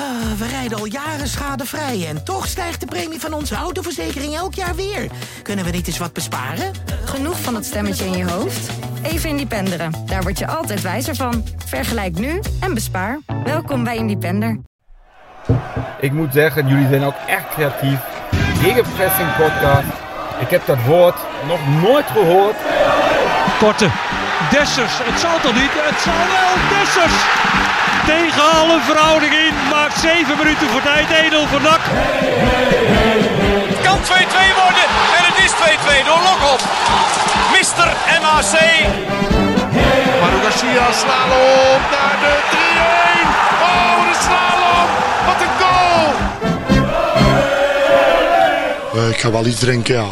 We rijden al jaren schadevrij en toch stijgt de premie van onze autoverzekering elk jaar weer. Kunnen we niet eens wat besparen? Genoeg van dat stemmetje in je hoofd? Even Independeren. Daar word je altijd wijzer van. Vergelijk nu en bespaar. Welkom bij Independer. Ik moet zeggen, jullie zijn ook echt creatief. Gegenpressing podcast. Ik heb dat woord nog nooit gehoord. Korte. Dessers. Het zal toch niet? Het zal wel. Dessers. Tegen alle verhouding in. Maakt 7 minuten voor tijd. 1-0 voor NAC. Het kan 2-2 worden. En het is 2-2 door Lokop. Mr. MAC. Manu Garcia, slalom naar de 3-1. Oh, de slalom. Wat een goal. Ik ga wel iets drinken, ja.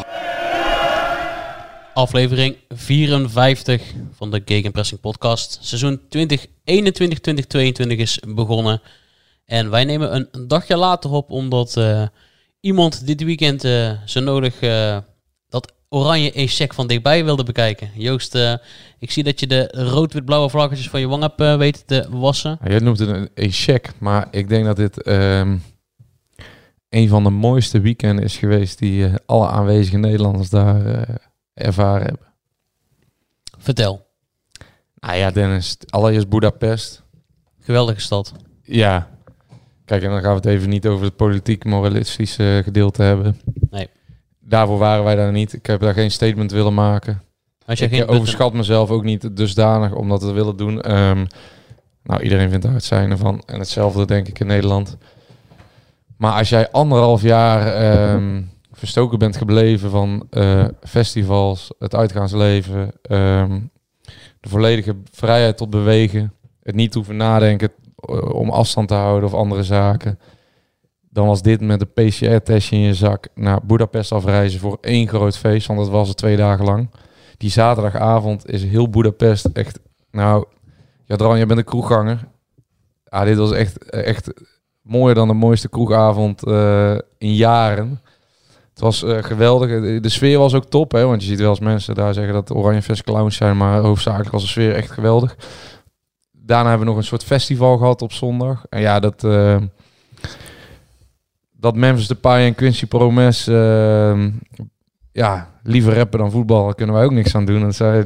Aflevering 54 van de Gegenpressing podcast. Seizoen 2021-2022 is begonnen. En wij nemen een dagje later op, omdat iemand dit weekend zo nodig dat oranje ESEC van dichtbij wilde bekijken. Joost, ik zie dat je de rood-wit-blauwe vlaggetjes van je wang hebt weten te wassen. Ja, jij noemt het een ESEC, maar ik denk dat dit een van de mooiste weekenden is geweest die alle aanwezige Nederlanders daar ervaren hebben. Vertel. Nou ja, Dennis, allereerst Budapest. Geweldige stad. Ja. Kijk, en dan gaan we het even niet over het politiek-moralistische gedeelte hebben. Nee. Daarvoor waren wij daar niet. Ik heb daar geen statement willen maken. Ik overschat mezelf ook niet dusdanig om dat te willen doen. Nou, iedereen vindt daar het zijn ervan. En hetzelfde denk ik in Nederland. Maar als jij 1,5 jaar verstoken bent gebleven van festivals, het uitgaansleven, de volledige vrijheid tot bewegen, het niet hoeven nadenken om afstand te houden of andere zaken, dan was dit met een PCR-testje in je zak naar Budapest afreizen voor 1 groot feest, want dat was het 2 dagen lang. Die zaterdagavond is heel Budapest echt, nou, Jadran, je bent een kroegganger. Ah, dit was echt mooier dan de mooiste kroegavond in jaren. Het was geweldig. De sfeer was ook top, hè? Want je ziet wel eens mensen daar zeggen dat Oranjefest clowns zijn, maar hoofdzakelijk was de sfeer echt geweldig. Daarna hebben we nog een soort festival gehad op zondag. En ja, dat Memphis Depay en Quincy Promes liever rappen dan voetbal, daar kunnen wij ook niks aan doen. Dat zijn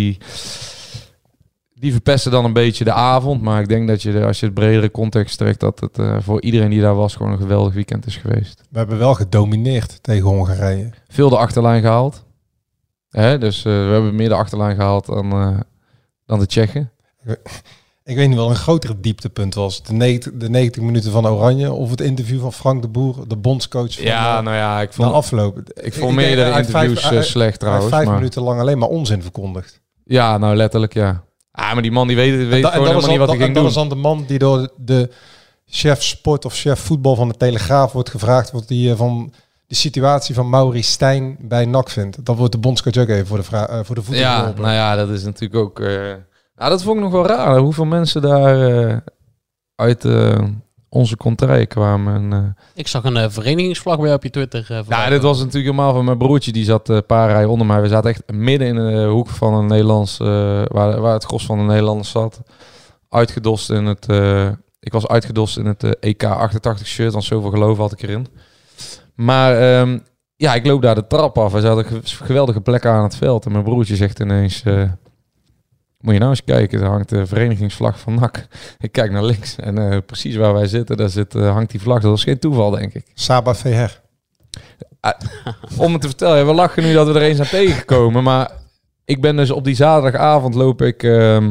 die verpesten dan een beetje de avond. Maar ik denk dat als je het bredere context trekt, dat het voor iedereen die daar was gewoon een geweldig weekend is geweest. We hebben wel gedomineerd tegen Hongarije. Veel de achterlijn gehaald. Dus we hebben meer de achterlijn gehaald dan de Tsjechen. Ik weet niet wel, een grotere dieptepunt was de 90 minuten van Oranje of het interview van Frank de Boer, de bondscoach van ik vond afloop. Ik vond meerdere interviews slecht trouwens. 5 minuten lang alleen maar onzin verkondigd. Ja, nou letterlijk ja. Ah, maar die man die weet gewoon helemaal niet wat hij ging doen. Dat is dan de man die door de chef sport of chef voetbal van de Telegraaf wordt gevraagd wat hij van de situatie van Maurice Stijn bij NAC vindt. Dat wordt de bondscoach ook even voor de voeten Ja, geholpen. Nou ja, dat is natuurlijk ook... dat vond ik nog wel raar. Hoeveel mensen daar uit onze contraille kwamen. Ik zag een verenigingsvlag bij jou op je Twitter. Dit was natuurlijk helemaal van mijn broertje. Die zat een paar rijen onder mij. We zaten echt midden in de hoek van een Nederlands... waar het gros van de Nederlanders zat. Uitgedost in het... ik was uitgedost in het EK 88 shirt. Want zoveel geloof had ik erin. Maar ik loop daar de trap af. We zaten een geweldige plek aan het veld. En mijn broertje zegt ineens... moet je nou eens kijken, daar hangt de verenigingsvlag van NAC. Ik kijk naar links en precies waar wij zitten, hangt die vlag. Dat was geen toeval, denk ik. Saba VR. Om het te vertellen, we lachen nu dat we er eens aan tegengekomen. Maar ik ben dus op die zaterdagavond loop ik...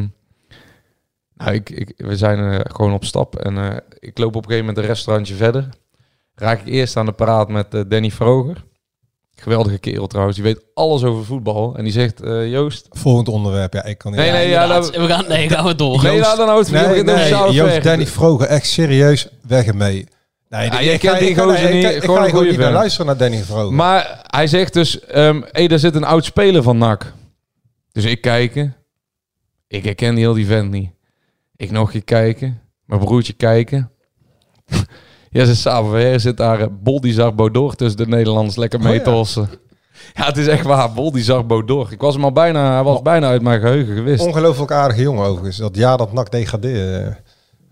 we zijn gewoon op stap. En ik loop op een gegeven moment een restaurantje verder. Raak ik eerst aan de praat met Danny Vroger. Geweldige kerel trouwens, die weet alles over voetbal. En die zegt, Joost... Volgend onderwerp, ja, ik kan niet... gaan we door. Nee, laat dan uit. Joost, Danny Vroger, echt serieus, weg ermee. Nee, ik ga gewoon niet meer luisteren naar Danny Vroger. Maar hij zegt dus, daar zit een oud speler van NAC. Dus ik kijken. Ik herken die heel die vent niet. Ik nog een keer kijken. Mijn broertje kijken. Ja, ze samen zit daar Boldizar Bodor tussen de Nederlanders lekker mee te hossen. Ja, het is echt waar. Boldizar Bodor. Ik was hem al bijna uit mijn geheugen gewist. Ongelooflijk aardige jongen overigens. Dat jaar dat NAC degradeerde.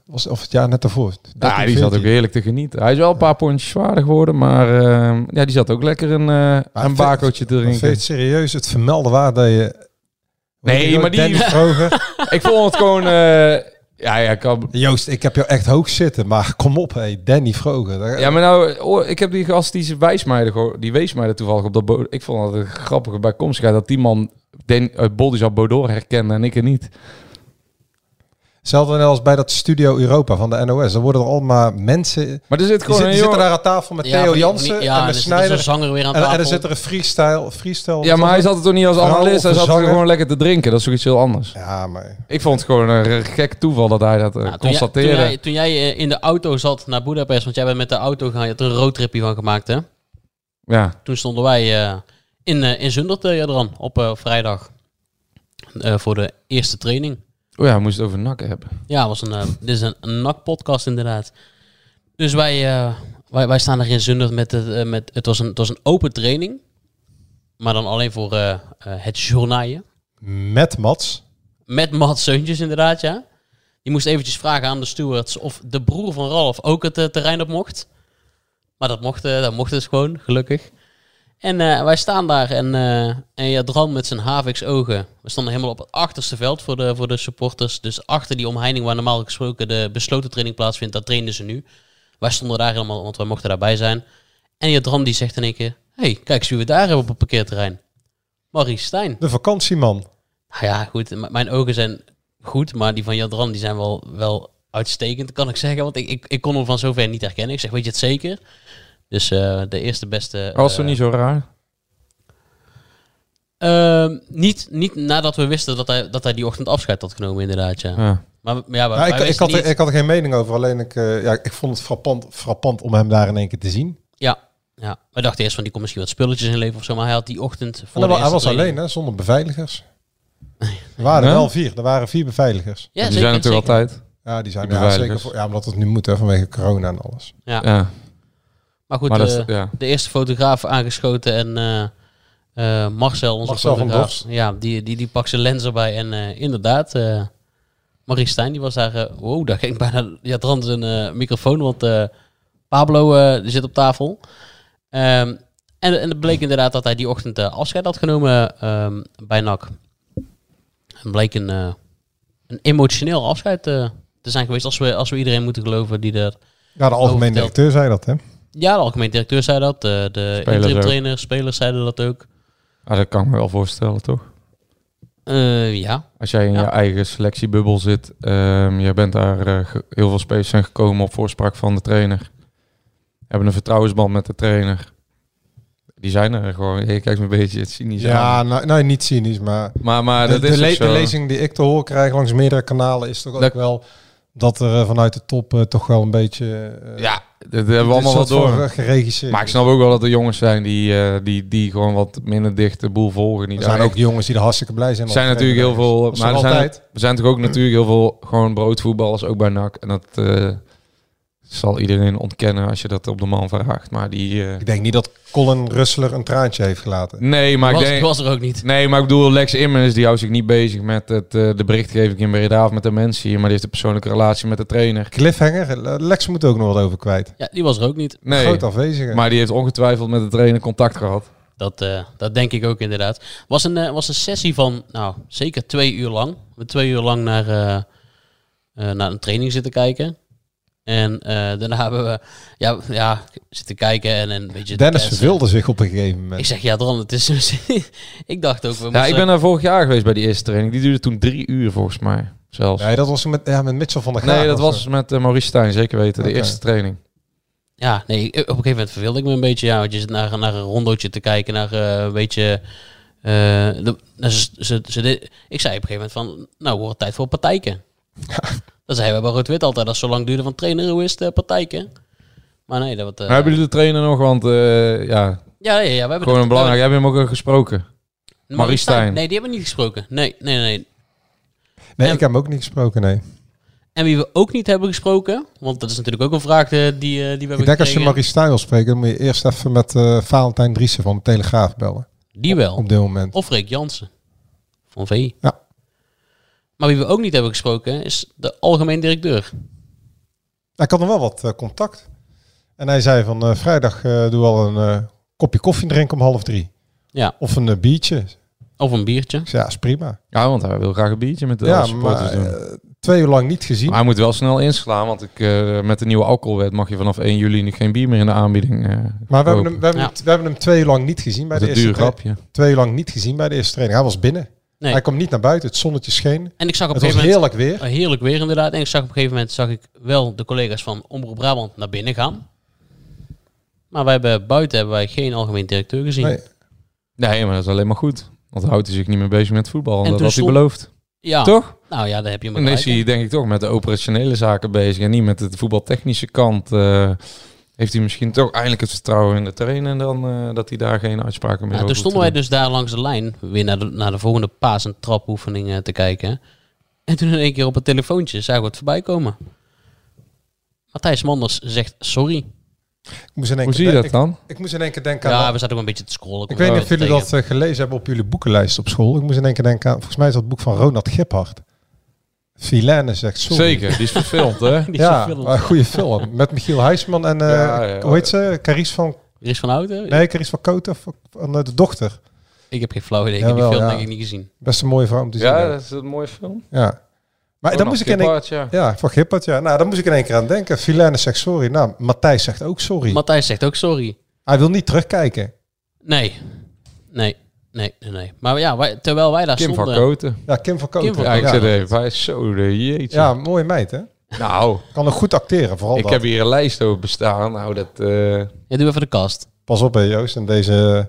Of het jaar net daarvoor. Ja, die zat ook heerlijk te genieten. Hij is wel een paar pondjes zwaarder geworden, maar die zat ook lekker een bakootje te drinken. Vind je het serieus het vermelden waar dat je... Nee, maar die... Ik vond het gewoon... Joost, ik heb jou echt hoog zitten, maar kom op, Danny Vroger. Ja, maar nou, ik heb die gast die wees mij er toevallig op dat ik vond het een grappige bijkomstigheid dat die man Boldizar Bodor herkende en ik er niet. Hetzelfde als bij dat Studio Europa van de NOS. Dan worden er allemaal mensen... Maar er zit gewoon die zitten daar aan tafel met Theo Jansen en de Snijder. Zanger weer aan tafel. En er zit er een freestyle. Ja, maar hij zat er toch niet als analist. Hij zat er gewoon lekker te drinken. Dat is toch iets heel anders. Ja, maar... Ik vond het gewoon een gek toeval dat hij dat constateerde. Toen jij in de auto zat naar Budapest, want jij bent met de auto gegaan, je hebt er een roadtripje van gemaakt, hè? Ja. Toen stonden wij in Zundert, Jadran, op vrijdag. Voor de eerste training. Oh ja, we moesten het over NAC hebben. Ja, dit is een NAC-podcast inderdaad. Dus wij staan er in Zundert het was een open training. Maar dan alleen voor het journaaien. Met Mats? Met Mats Seuntjes inderdaad, ja. Die moest eventjes vragen aan de stewards of de broer van Ralf ook het terrein op mocht. Maar dat mocht dus gewoon, gelukkig. En wij staan daar en Jadran met zijn Havix-ogen. We stonden helemaal op het achterste veld voor de supporters. Dus achter die omheining waar normaal gesproken de besloten training plaatsvindt, daar trainden ze nu. Wij stonden daar helemaal, want wij mochten daarbij zijn. En Jadran die zegt in één keer, hey, kijk eens wie we daar hebben op het parkeerterrein. Maurice Stijn. De vakantieman. Nou ja, goed. Mijn ogen zijn goed, maar die van Jadran die zijn wel uitstekend, kan ik zeggen. Want ik kon hem van zover niet herkennen. Ik zeg, weet je het zeker? Dus de eerste beste... Was het niet zo raar? Niet nadat we wisten dat hij die ochtend afscheid had genomen, inderdaad. Ja. Maar ik had er geen mening over. Alleen ik vond het frappant om hem daar in één keer te zien. Ja. We dachten eerst van die kon misschien wat spulletjes inleveren of zo. Maar hij had die ochtend... Hij was alleen, hè, zonder beveiligers. Er waren wel 4. Er waren 4 beveiligers. Ja, die zijn natuurlijk altijd. Ja, die zijn zeker omdat het nu moet, hè, vanwege corona en alles. Ja. Maar goed, de eerste fotograaf aangeschoten en Marcel, onze fotograaf, die pakt zijn lens erbij. En inderdaad, Maurice Stijn, die was daar... daar ging bijna Jadran zijn microfoon, want Pablo die zit op tafel. En het bleek inderdaad dat hij die ochtend afscheid had genomen bij NAC. Het bleek een emotioneel afscheid te zijn geweest, als we iedereen moeten geloven die er... Ja, de algemeen directeur zei dat, hè? Ja, de algemeen directeur zei dat. De interim trainer, spelers zeiden dat ook. Ah, dat kan ik me wel voorstellen, toch? Ja. Als jij in je eigen selectiebubbel zit, jij bent daar heel veel spelers zijn gekomen op voorspraak van de trainer. Hebben een vertrouwensband met de trainer. Die zijn er gewoon. Je kijkt me een beetje cynisch aan. Ja, nou, niet cynisch, maar dat is de lezing die ik te horen krijg langs meerdere kanalen is toch ook wel dat er vanuit de top toch wel een beetje... dat hebben we allemaal wel door. Geregisseerd. Maar ik snap ook wel dat er jongens zijn die gewoon wat minder dicht de boel volgen. Er zijn ook jongens die er hartstikke blij zijn. Er zijn natuurlijk heel veel... Maar er zijn toch ook natuurlijk heel veel gewoon broodvoetballers, ook bij NAC. En dat zal iedereen ontkennen als je dat op de man vraagt. Maar ik denk niet dat Colin Russler een traantje heeft gelaten. Nee, maar ik was er ook niet. Nee, maar ik bedoel, Lex Immers die houdt zich niet bezig met de berichtgeving in Breda of met de mensen hier. Maar die heeft een persoonlijke relatie met de trainer. Cliffhanger, Lex moet ook nog wat over kwijt. Ja, die was er ook niet. Nee, groot afwezige. Maar die heeft ongetwijfeld met de trainer contact gehad. Dat denk ik ook inderdaad. Was een sessie van, zeker 2 uur lang. We hebben 2 uur lang naar een training zitten kijken. En daarna hebben we zitten kijken en een beetje... Dennis verveelde zich op een gegeven moment. Ik zeg, Jadran, het is... ik dacht ook... ik ben daar vorig jaar geweest bij die eerste training. Die duurde toen 3 uur volgens mij. Zelfs. Nee, dat was met Mitchell van der Graag. Nee, dat was met Maurice Stijn, zeker weten. De eerste training. Ja, nee, op een gegeven moment verveelde ik me een beetje. Ja, want je zit naar een rondootje te kijken, naar een beetje... ik zei op een gegeven moment van... Nou, wordt het tijd voor partijken. Dat zeiden we bij Rood-Wit altijd, als het zo lang duurde van trainer, hoe is het partijken? Maar nee, dat wordt... hebben jullie de trainer nog? Want Ja, we hebben gewoon een belangrijk. Hebben we hem ook gesproken? Maurice Stijn. Nee, die hebben we niet gesproken. Nee. Nee, ik heb hem ook niet gesproken, nee. En wie we ook niet hebben gesproken, want dat is natuurlijk ook een vraag die we hebben gekregen. Ik denk als je Maurice Stijn wil spreken, dan moet je eerst even met Valentijn Driessen van de Telegraaf bellen. Die wel. Op dit moment. Of Freek Jansen van VI. Ja. Maar wie we ook niet hebben gesproken is de algemeen directeur. Ik had nog wel wat contact. En hij zei van vrijdag doe al een kopje koffie drinken om 2:30. Ja. Of een biertje. Of een biertje. Ik zei, ja, is prima. Ja, want hij wil graag een biertje met de supporters doen. 2 uur lang niet gezien. Maar hij moet wel snel inslaan, want met de nieuwe alcoholwet mag je vanaf 1 juli geen bier meer in de aanbieding Maar we hebben hem 2 uur lang niet gezien bij de eerste grapje. 2 uur lang niet gezien bij de eerste training. Hij was binnen. Nee. Hij kwam niet naar buiten, het zonnetje scheen. En ik zag op het een gegeven was moment, heerlijk weer. Heerlijk weer inderdaad. En ik zag op een gegeven moment wel de collega's van Omroep Brabant naar binnen gaan. Maar buiten hebben wij geen algemeen directeur gezien. Nee, maar dat is alleen maar goed. Want dan houdt hij zich niet meer bezig met voetbal. En dat had hij stond... beloofd. Ja. Toch? Nou ja, daar heb je hem. En is hij denk ik toch met de operationele zaken bezig. En niet met de voetbaltechnische kant. Heeft hij misschien toch eindelijk het vertrouwen in de trainer. En dan dat hij daar geen uitspraken meer over toen stonden wij dus daar langs de lijn. Weer naar de volgende paas- en trapoefening te kijken. En toen in één keer op het telefoontje zagen we het voorbij komen. Matthijs Manders zegt sorry. Hoe zie je dat dan? Ik moest in één keer denken aan... Ja, we zaten ook een beetje te scrollen. Ik weet niet of jullie dat gelezen hebben op jullie boekenlijst op school. Ik moest in één keer denken aan... Volgens mij is dat het boek van Ronald Giphart. Vilaine zegt sorry. Zeker, die is verfilmd, hè? Een goede film. Met Michiel Huisman en... hoe heet ze? Carice van Houten? Nee, Carice van Koten. Van de dochter. Ik heb geen flauw idee. Ik heb die film denk ik niet gezien. Best een mooie vrouw om te zien. Ja, dat is een mooie film. Ja. Maar dan moest ik in één keer... Ja, van Giphart, ja. Nou, dan moest ik in één keer aan denken. Vilaine zegt sorry. Nou, Matthijs zegt ook sorry. Matthijs zegt ook sorry. Hij wil niet terugkijken. Nee. Maar ja, terwijl wij daar stonden... Kim van Koten. Ja, Kim van Koten. Ja, ik zei even, hij is zo de jeetje. Ja, mooie meid, hè? Nou. Kan ook goed acteren, vooral Ik heb hier een lijst over bestaan. Nou, dat... Ja, doe even de kast. Pas op, hè, Joost. In deze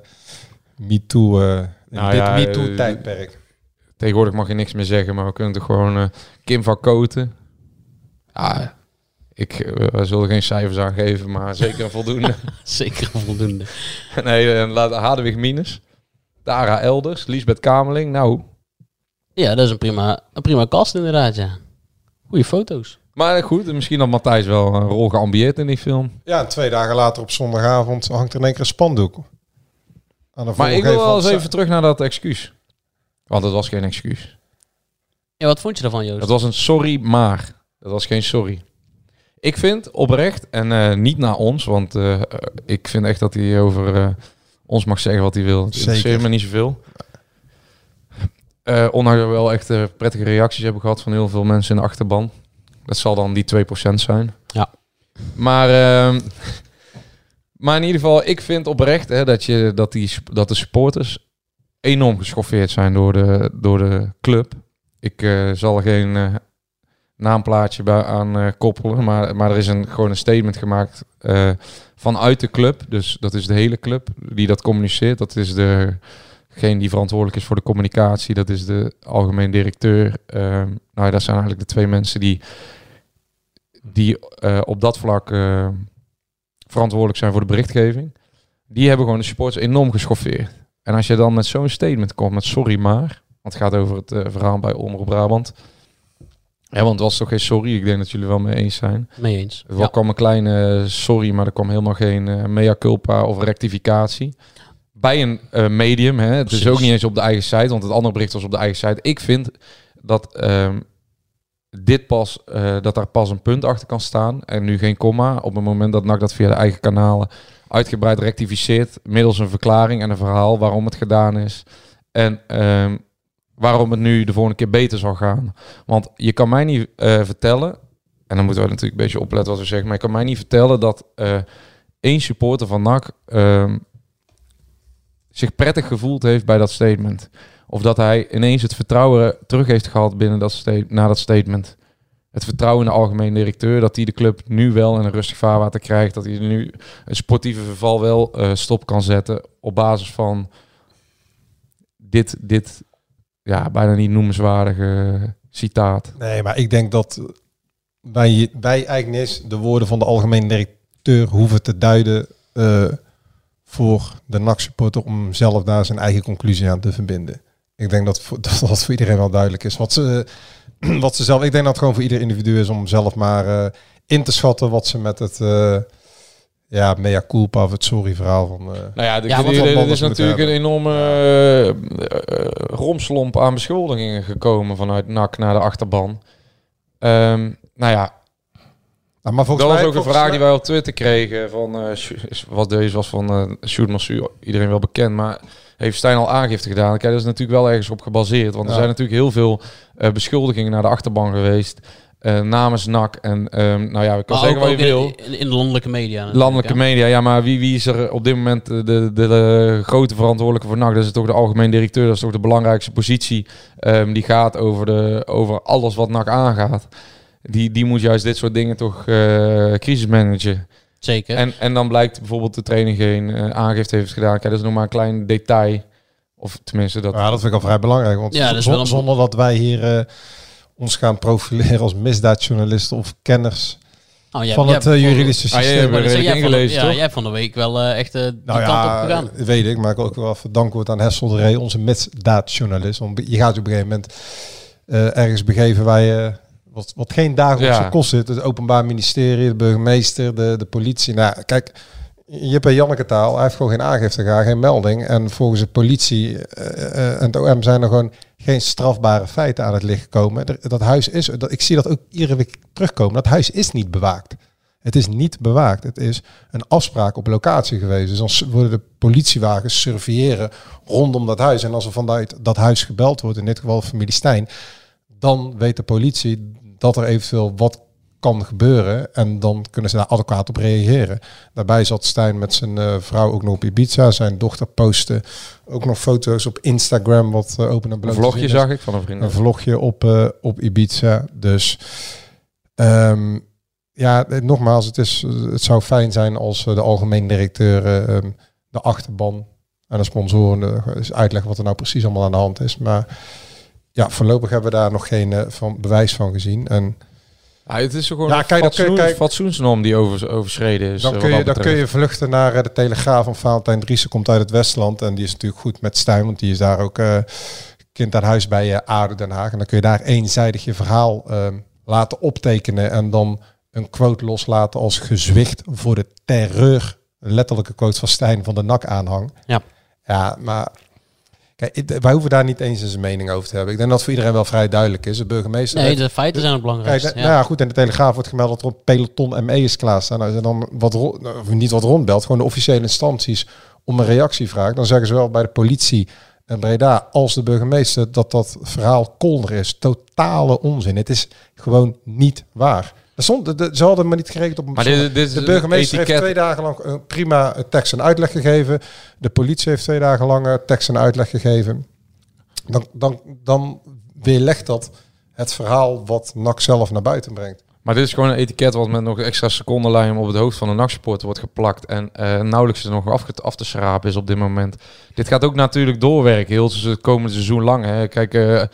MeToo-tijdperk. Tegenwoordig mag je niks meer zeggen, maar we kunnen toch gewoon... Kim van Koten. Ja, we zullen geen cijfers aan geven, maar zeker een voldoende. Zeker een voldoende. Nee, Hadewig Minus. Dara Elders, Liesbeth Kamerling. Nou. Ja, dat is een prima kast inderdaad, ja. Goeie foto's. Maar goed, misschien had Matthijs wel een rol geambieerd in die film. Ja, en 2 dagen later op zondagavond hangt er in één keer een spandoek. Maar ik wil wel eens even terug naar dat excuus. Want het was geen excuus. Ja, wat vond je daarvan, Joost? Het was een sorry, maar. Dat was geen sorry. Ik vind oprecht, en niet naar ons, want ik vind echt dat hij over ons mag zeggen wat hij wil. Het interesseert me niet zoveel. Ondanks dat we wel echt prettige reacties hebben gehad van heel veel mensen in de achterban. Dat zal dan die 2% zijn. Ja. Maar in ieder geval, ik vind oprecht dat de supporters enorm geschoffeerd zijn door de club. Ik zal er geen naamplaatje aan koppelen, maar er is gewoon een statement gemaakt vanuit de club. Dus dat is de hele club die dat communiceert. Dat is degene die verantwoordelijk is voor de communicatie. Dat is de algemeen directeur. Dat zijn eigenlijk de 2 mensen die op dat vlak verantwoordelijk zijn voor de berichtgeving. Die hebben gewoon de supporters enorm geschoffeerd. En als je dan met zo'n statement komt met sorry maar, want het gaat over het verhaal bij Omroep Brabant. Ja, want het was toch geen sorry. Ik denk dat jullie wel mee eens zijn. Mee eens. Er kwam een kleine sorry, maar er kwam helemaal geen mea culpa of rectificatie. Bij een medium, hè. Het is ook niet eens op de eigen site, want het andere bericht was op de eigen site. Ik vind dat dat daar pas een punt achter kan staan en nu geen komma. Op het moment dat NAC dat via de eigen kanalen uitgebreid rectificeert, middels een verklaring en een verhaal waarom het gedaan is. En waarom het nu de volgende keer beter zal gaan. Want je kan mij niet vertellen, en dan moeten we natuurlijk een beetje opletten wat we zeggen, maar je kan mij niet vertellen dat één supporter van NAC zich prettig gevoeld heeft bij dat statement. Of dat hij ineens het vertrouwen terug heeft gehad binnen na dat statement. Het vertrouwen in de algemeen directeur, dat hij de club nu wel in een rustig vaarwater krijgt. Dat hij nu een sportieve verval wel stop kan zetten op basis van dit bijna niet noemenswaardige citaat. Nee, maar ik denk dat wij eigenlijk niet eens de woorden van de algemeen directeur hoeven te duiden voor de NAC-supporter om zelf daar zijn eigen conclusie aan te verbinden. Ik denk dat voor iedereen wel duidelijk is. Wat ze zelf... Ik denk dat het gewoon voor ieder individu is om zelf maar in te schatten wat ze met het mea culpa of het sorry verhaal van... er is natuurlijk een enorme romslomp aan beschuldigingen gekomen vanuit NAC naar de achterban. Maar volgens dat mij, was ook een vraag die wij op Twitter kregen. Wat deze was van Sjoerd Massu, iedereen wel bekend. Maar heeft Stijn al aangifte gedaan? Kijk, dat is natuurlijk wel ergens op gebaseerd. Want er zijn natuurlijk heel veel beschuldigingen naar de achterban geweest. Namens NAC. En nou ja, ik kan zeggen wat je wil. In de landelijke media. Landelijke media, ja. Maar wie is er op dit moment de grote verantwoordelijke voor NAC? Dat is toch de algemeen directeur. Dat is toch de belangrijkste positie. Die gaat over alles wat NAC aangaat. Die moet juist dit soort dingen toch crisismanagen. Zeker. En dan blijkt bijvoorbeeld de trainer geen aangifte heeft gedaan. Kijk, dat is nog maar een klein detail. Of tenminste dat... Ja, dat vind ik al vrij belangrijk. Want zonder dat wij hier ons gaan profileren als misdaadjournalisten of kenners van het juridische systeem. Jij hebt van de week wel echt die kant op gegaan. Weet ik, maar ik wil ook wel even dankwoord aan Hessel de Ree, onze misdaadjournalist. Want je gaat op een gegeven moment ergens begeven waar je... Wat geen dagelijkse kost zit. Het Openbaar Ministerie, de burgemeester, de politie. Nou, kijk, je hebt bij Janneke taal. Hij heeft gewoon geen aangifte gedaan, geen melding. En volgens de politie en het OM zijn er gewoon geen strafbare feiten aan het licht gekomen. Dat huis is, ik zie dat ook iedere week terugkomen. Dat huis is niet bewaakt. Het is niet bewaakt. Het is een afspraak op locatie geweest. Dus dan worden de politiewagens surveilleren rondom dat huis. En als er vanuit dat huis gebeld wordt, in dit geval familie Stijn, dan weet de politie dat er eventueel wat kan gebeuren. En dan kunnen ze daar adequaat op reageren. Daarbij zat Stijn met zijn vrouw ook nog op Ibiza. Zijn dochter postte ook nog foto's op Instagram. Wat open en bloot. Een vlogje zag ik van een vriend. Een vlogje op Ibiza. Dus nogmaals, het zou fijn zijn als de algemeen directeur de achterban en de sponsoren uitleggen wat er nou precies allemaal aan de hand is. Maar ja, voorlopig hebben we daar nog geen bewijs van gezien. En het is gewoon een fatsoensnorm die overschreden is. Dan kun je vluchten naar de Telegraaf van Valentijn Driessen, komt uit het Westland. En die is natuurlijk goed met Stijn, want die is daar ook kind aan huis bij ADO Den Haag. En dan kun je daar eenzijdig je verhaal laten optekenen en dan een quote loslaten als gezwicht voor de terreur. Een letterlijke quote van Stijn van de NAC-aanhang. Ja, maar... Kijk, wij hoeven daar niet eens een mening over te hebben. Ik denk dat voor iedereen wel vrij duidelijk is. De burgemeester... Nee, de feiten zijn het belangrijkste. Kijk, nou ja, goed. In de Telegraaf wordt gemeld dat er een peloton ME'ers klaarstaan. Nou, als je dan niet wat rondbelt, gewoon de officiële instanties om een reactie vraagt, dan zeggen ze wel bij de politie en Breda als de burgemeester dat verhaal kolder is. Totale onzin. Het is gewoon niet waar. Ze hadden me niet gerekend op een de burgemeester heeft 2 dagen lang een prima tekst en uitleg gegeven. De politie heeft 2 dagen lang tekst en uitleg gegeven. Dan weerlegt dat het verhaal wat NAC zelf naar buiten brengt. Maar dit is gewoon een etiket wat met nog extra secondenlijm op het hoofd van een NAC-supporter wordt geplakt. En nauwelijks er nog af te schrapen is op dit moment. Dit gaat ook natuurlijk doorwerken, heel het komende seizoen lang. Hè. Kijk,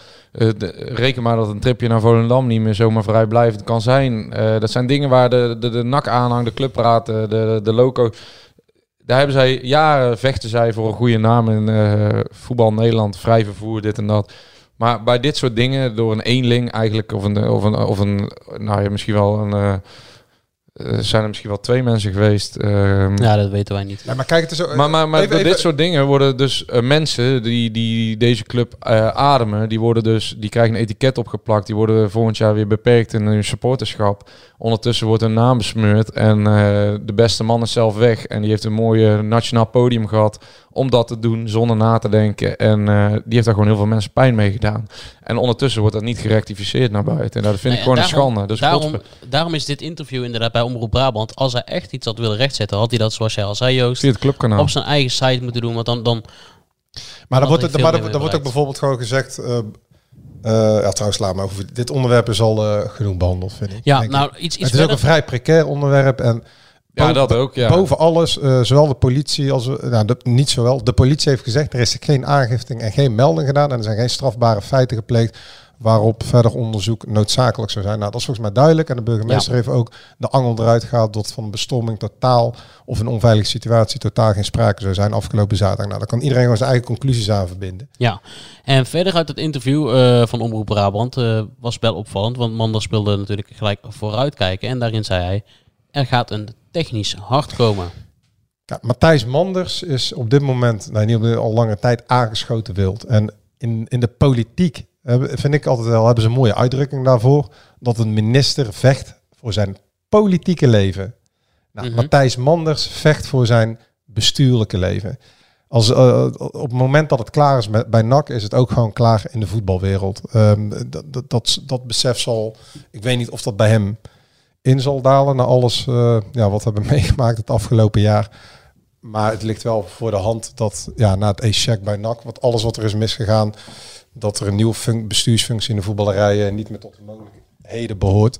reken maar dat een tripje naar Volendam niet meer zomaar vrijblijvend kan zijn. Dat zijn dingen waar de NAC-aanhang, de clubraad, de loco... Daar hebben zij jaren vechten zij voor een goede naam in voetbal Nederland, vrij vervoer, dit en dat. Maar bij dit soort dingen, door een eenling eigenlijk, of een nou ja, misschien wel zijn er misschien wel 2 mensen geweest. Ja, dat weten wij niet. Ja, maar kijk, het is ook, maar door dit soort dingen worden dus mensen die deze club ademen, die krijgen een etiket opgeplakt. Die worden volgend jaar weer beperkt in hun supporterschap. Ondertussen wordt hun naam besmeurd en de beste man is zelf weg. En die heeft een mooie nationaal podium gehad om dat te doen zonder na te denken. En die heeft daar gewoon heel veel mensen pijn mee gedaan. En ondertussen wordt dat niet gerectificeerd naar buiten. En dat vind ik gewoon een schande. Dus daarom is dit interview inderdaad bij Omroep Brabant. Als hij echt iets had willen rechtzetten, had hij dat, zoals jij al zei, Joost, via het clubkanaal op zijn eigen site moeten doen. Want dan maar dan wordt ook bijvoorbeeld gewoon gezegd... trouwens, laat maar over. Dit onderwerp is al genoeg behandeld, vind ik. Ja, nou, iets het is ook een vrij precair onderwerp. En dat ook, ja. Boven alles, zowel de politie als... niet zowel. De politie heeft gezegd, er is geen aangifte en geen melding gedaan. En er zijn geen strafbare feiten gepleegd waarop verder onderzoek noodzakelijk zou zijn. Nou, dat is volgens mij duidelijk. En de burgemeester heeft ook de angel eruit gehaald dat van bestorming totaal of een onveilige situatie totaal geen sprake zou zijn afgelopen zaterdag. Nou, daar kan iedereen gewoon zijn eigen conclusies aan verbinden. Ja, en verder uit het interview van Omroep Brabant was wel opvallend, want Manders speelde natuurlijk gelijk vooruitkijken. En daarin zei hij, er gaat een technisch hart komen. Ja, Matthijs Manders is op dit moment, al lange tijd aangeschoten wild. En in de politiek vind ik altijd wel, hebben ze een mooie uitdrukking daarvoor, dat een minister vecht voor zijn politieke leven. Nou, Matthijs Manders vecht voor zijn bestuurlijke leven. Op het moment dat het klaar is bij NAC, is het ook gewoon klaar in de voetbalwereld. Dat besef zal, ik weet niet of dat bij hem in zal dalen na alles wat we hebben meegemaakt het afgelopen jaar. Maar het ligt wel voor de hand dat na het e-check bij NAC, alles wat er is misgegaan, dat er een nieuwe bestuursfunctie in de voetballerij niet meer tot de mogelijkheden behoort.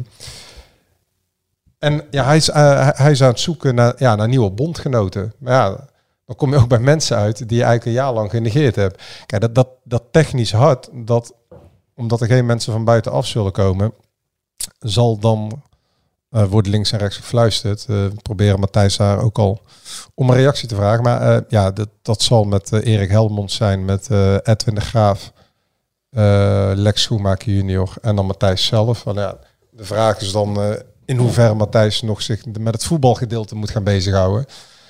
En hij is aan het zoeken naar nieuwe bondgenoten. Maar dan kom je ook bij mensen uit die je eigenlijk een jaar lang genegeerd hebt. Kijk, dat technisch hard, omdat er geen mensen van buitenaf zullen komen, zal dan worden links en rechts gefluisterd. Proberen Matthijs daar ook al om een reactie te vragen. Maar dat zal met Erik Helmond zijn, met Edwin de Graaf, Lex Schoenmaker junior en dan Matthijs zelf. De vraag is dan in hoeverre Matthijs nog zich met het voetbalgedeelte moet gaan bezighouden.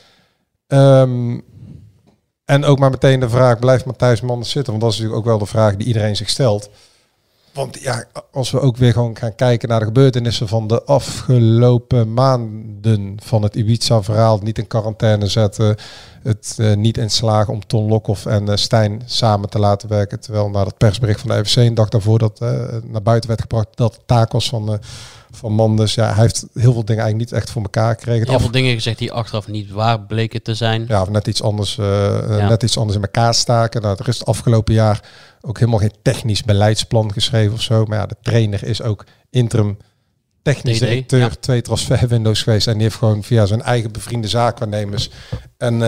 En ook maar meteen de vraag, blijft Matthijs Manders zitten? Want dat is natuurlijk ook wel de vraag die iedereen zich stelt. Want als we ook weer gewoon gaan kijken naar de gebeurtenissen van de afgelopen maanden van het Ibiza-verhaal, niet in quarantaine zetten, het niet inslagen om Ton Lokhoff en Stijn samen te laten werken, terwijl na dat persbericht van de RVC een dag daarvoor dat naar buiten werd gebracht, dat de taak was van Manders. Hij heeft heel veel dingen eigenlijk niet echt voor elkaar gekregen. Heel veel dingen gezegd die achteraf niet waar bleken te zijn. Ja, of net iets anders, net iets anders in elkaar staken. Er is het afgelopen jaar ook helemaal geen technisch beleidsplan geschreven of zo. Maar de trainer is ook interim technisch directeur, 2 transferwindows geweest. En die heeft gewoon via zijn eigen bevriende zaakwaarnemers en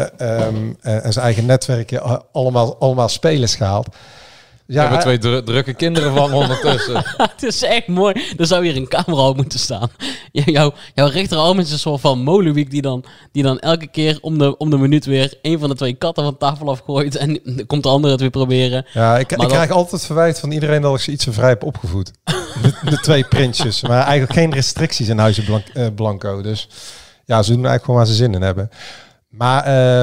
zijn eigen netwerkje allemaal spelers gehaald. Ja, we hebben 2 drukke kinderen van ondertussen. Het is echt mooi. Er zou hier een camera op moeten staan. Jouw rechterarm is een soort van molenwiek die dan elke keer om de minuut weer een van de 2 katten van tafel afgooit. En dan komt de andere het weer proberen. Ja, ik krijg altijd verwijt van iedereen dat ik ze iets te vrij heb opgevoed. de 2 prinsjes. Maar eigenlijk geen restricties in Huizen Blanco. Dus ja, ze doen er eigenlijk gewoon waar ze zin in hebben. Maar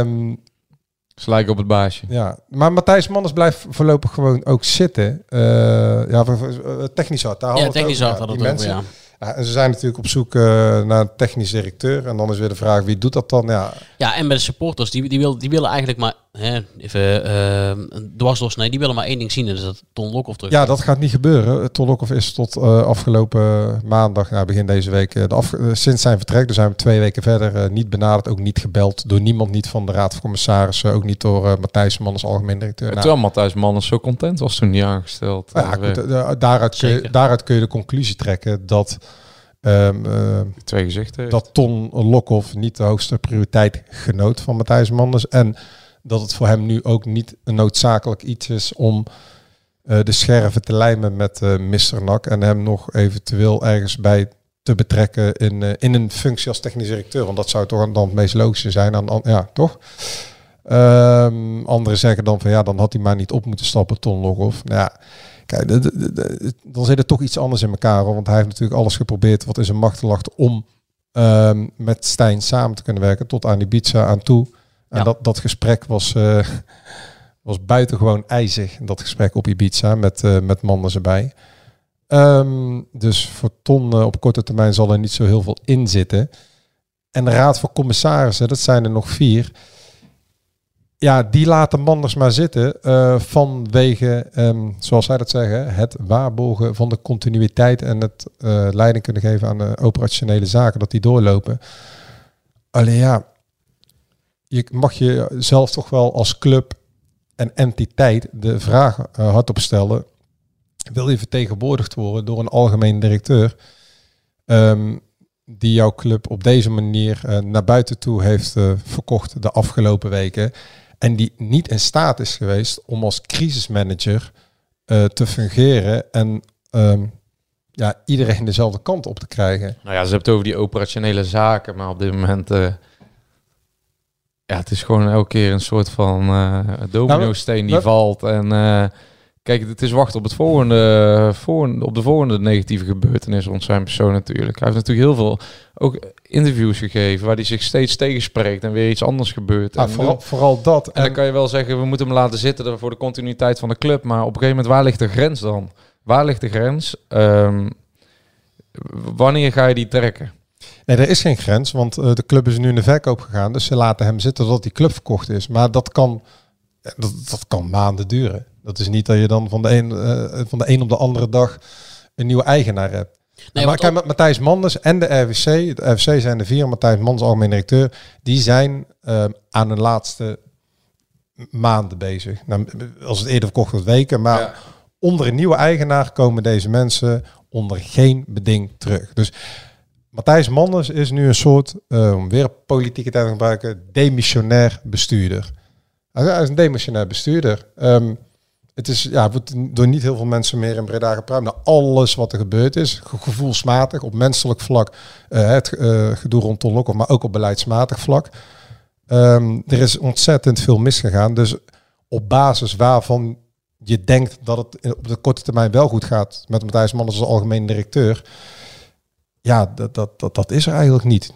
ze lijken op het baasje. Ja, maar Matthijs Manders blijft voorlopig gewoon ook zitten. Technisch hard. Technisch hard hadden we het over, en ze zijn natuurlijk op zoek naar een technisch directeur. En dan is weer de vraag, wie doet dat dan? Ja, en bij de supporters, die willen eigenlijk maar dwars doorsnijden. Die willen maar 1 ding zien, en dat is Ton Lokhoff terug. Ja, dat gaat niet gebeuren. Ton Lokhoff is tot afgelopen maandag, begin deze week, sinds zijn vertrek, dus zijn we 2 weken verder, niet benaderd, ook niet gebeld door niemand, niet van de Raad van Commissarissen, ook niet door Matthijs Manders, algemeen directeur. Terwijl Matthijs Manders zo content was toen niet aangesteld. Daaruit kun je de conclusie trekken dat 2 gezichten heeft. Dat Ton Lokhoff niet de hoogste prioriteit genoot van Matthijs Manders. En dat het voor hem nu ook niet een noodzakelijk iets is om de scherven te lijmen met Mr. NAC. En hem nog eventueel ergens bij te betrekken in een functie als technisch directeur. Want dat zou toch dan het meest logische zijn. Toch? Anderen zeggen dan van dan had hij maar niet op moeten stappen, Ton Lokhoff. Kijk, dan zit er toch iets anders in elkaar. Hoor. Want hij heeft natuurlijk alles geprobeerd wat in zijn macht lag om met Stijn samen te kunnen werken. Tot aan Ibiza aan toe. En dat gesprek was buitengewoon ijzig. Dat gesprek op Ibiza met Manders erbij. Dus voor Ton op korte termijn zal er niet zo heel veel in zitten. En de Raad van Commissarissen, dat zijn er nog 4... Ja, die laten Manders maar zitten vanwege, zoals zij dat zeggen, het waarborgen van de continuïteit en het leiding kunnen geven aan de operationele zaken, dat die doorlopen. Alleen je mag jezelf toch wel als club en entiteit de vraag hardop stellen, wil je vertegenwoordigd worden door een algemeen directeur die jouw club op deze manier naar buiten toe heeft verkocht de afgelopen weken. En die niet in staat is geweest om als crisismanager te fungeren en iedereen dezelfde kant op te krijgen. Nou ja, ze hebben het over die operationele zaken, maar op dit moment het is gewoon elke keer een soort van domino-steen die valt. En kijk, het is wachten op het de volgende negatieve gebeurtenis rond zijn persoon natuurlijk. Hij heeft natuurlijk heel veel ook interviews gegeven waar hij zich steeds tegenspreekt en weer iets anders gebeurt. Vooral dat. En dan kan je wel zeggen, we moeten hem laten zitten voor de continuïteit van de club. Maar op een gegeven moment, waar ligt de grens dan? Waar ligt de grens? wanneer ga je die trekken? Nee, er is geen grens, want de club is nu in de verkoop gegaan. Dus ze laten hem zitten totdat die club verkocht is. Maar dat kan maanden duren. Dat is niet dat je dan van de een op de andere dag een nieuwe eigenaar hebt. Nee, maar kijk, met Matthijs Manders en de RWC. De RWC zijn er 4, Matthijs Manders, algemeen directeur. Die zijn aan de laatste maanden bezig. Nou, als het eerder verkocht wordt, weken. Maar onder een nieuwe eigenaar komen deze mensen onder geen beding terug. Dus Matthijs Manders is nu een soort, om weer politieke term te gebruiken, demissionair bestuurder. Hij is een demissionair bestuurder. Het is wordt door niet heel veel mensen meer in Breda gepruimd. Nou, alles wat er gebeurd is, gevoelsmatig, op menselijk vlak, het gedoe rond Ton Lokhoff, maar ook op beleidsmatig vlak. Er is ontzettend veel misgegaan. Dus op basis waarvan je denkt dat het op de korte termijn wel goed gaat met Matthijs Manders als algemeen directeur, ja, dat is er eigenlijk niet.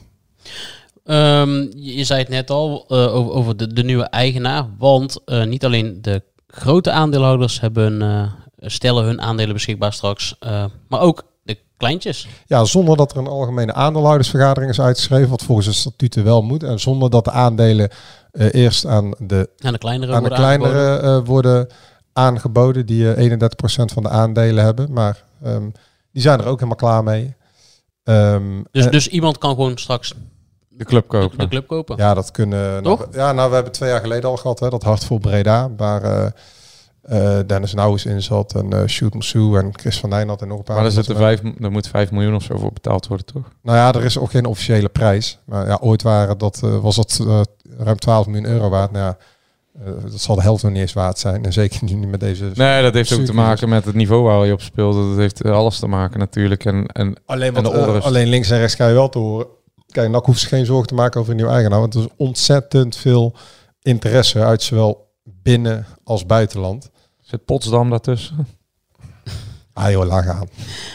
Je zei het net al over de nieuwe eigenaar, want niet alleen de grote aandeelhouders stellen hun aandelen beschikbaar straks, maar ook de kleintjes. Ja, zonder dat er een algemene aandeelhoudersvergadering is uitgeschreven, wat volgens de statuten wel moet, en zonder dat de aandelen eerst aan de kleinere worden aangeboden, die 31% van de aandelen hebben, maar die zijn er ook helemaal klaar mee. Dus iemand kan gewoon straks de club kopen. De club kopen. Ja, dat kunnen. Toch? We hebben 2 jaar geleden al gehad, hè, dat Hart voor Breda, waar Dennis Nouwens in zat en Sjoerd Moussou en Chris van Nijnat en nog een paar. Maar er moet 5 miljoen of zo voor betaald worden, toch? Nou ja, er is ook geen officiële prijs. Maar ja, ooit was dat ruim 12 miljoen euro waard. Nou ja, dat zal de helft nog niet eens waard zijn. En zeker niet met deze... Nee, dat heeft ook te maken met het niveau waar je op speelt. Dat heeft alles te maken natuurlijk. Alleen links en rechts ga je wel te horen. Kijk, NAC hoeft zich geen zorgen te maken over een nieuwe eigenaar. Want er is ontzettend veel interesse uit zowel binnen als buitenland. Zit Potsdam daartussen? Joh, laat gaan.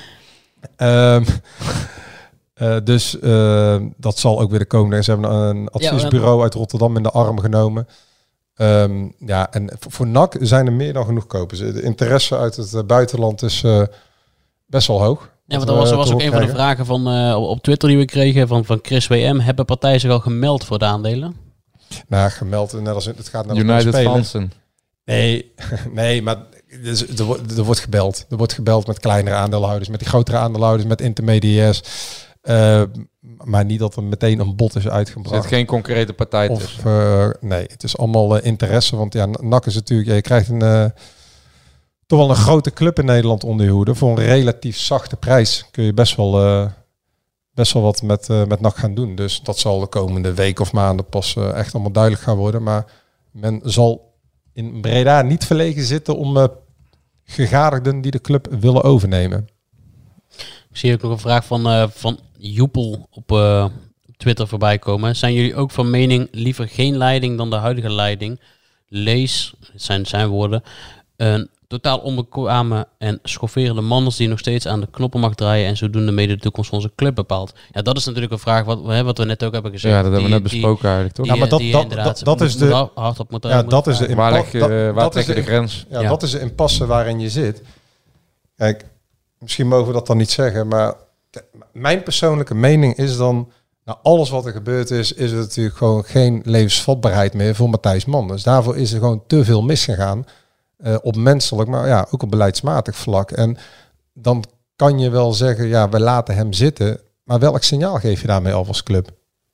Dus dat zal ook weer de komende... Ze hebben een adviesbureau uit Rotterdam in de arm genomen. En voor NAC zijn er meer dan genoeg kopers. De interesse uit het buitenland is best wel hoog. Ja, want dat was ook een van de vragen van op Twitter die we kregen van Chris WM. Hebben partijen zich al gemeld voor de aandelen? Nou, gemeld, net als het gaat naar United Fransen. Nee, maar er wordt gebeld. Er wordt gebeld met kleinere aandeelhouders, met die grotere aandeelhouders, met intermediairs. Maar niet dat er meteen een bod is uitgebracht. Er zit geen concrete partij tussen. Nee, het is allemaal interesse. Want ja, NAC is natuurlijk... je krijgt toch wel een grote club in Nederland onder je hoede. Voor een relatief zachte prijs kun je best wel wat met NAC gaan doen. Dus dat zal de komende week of maanden pas echt allemaal duidelijk gaan worden. Maar men zal in Breda niet verlegen zitten om gegadigden die de club willen overnemen. Ik zie ook nog een vraag van Joepel op Twitter voorbij komen. Zijn jullie ook van mening liever geen leiding dan de huidige leiding? Lees, het zijn zijn woorden, een totaal onbekwame en schofferende Manders die nog steeds aan de knoppen mag draaien en zodoende mede de toekomst van onze club bepaalt. Ja, dat is natuurlijk een vraag wat we net ook hebben gezegd. Ja, dat hebben we net besproken eigenlijk, toch? Ja, maar dat is de hard op moet. Ja, dat is de waar trek je de grens? Ja, dat is de impasse waarin je zit. Kijk, misschien mogen we dat dan niet zeggen, maar mijn persoonlijke mening is dan, nou, alles wat er gebeurd is het natuurlijk gewoon geen levensvatbaarheid meer voor Matthijs Manders. Daarvoor is er gewoon te veel misgegaan. Op menselijk, maar ja, ook op beleidsmatig vlak. En dan kan je wel zeggen, ja, we laten hem zitten. Maar welk signaal geef je daarmee af als club?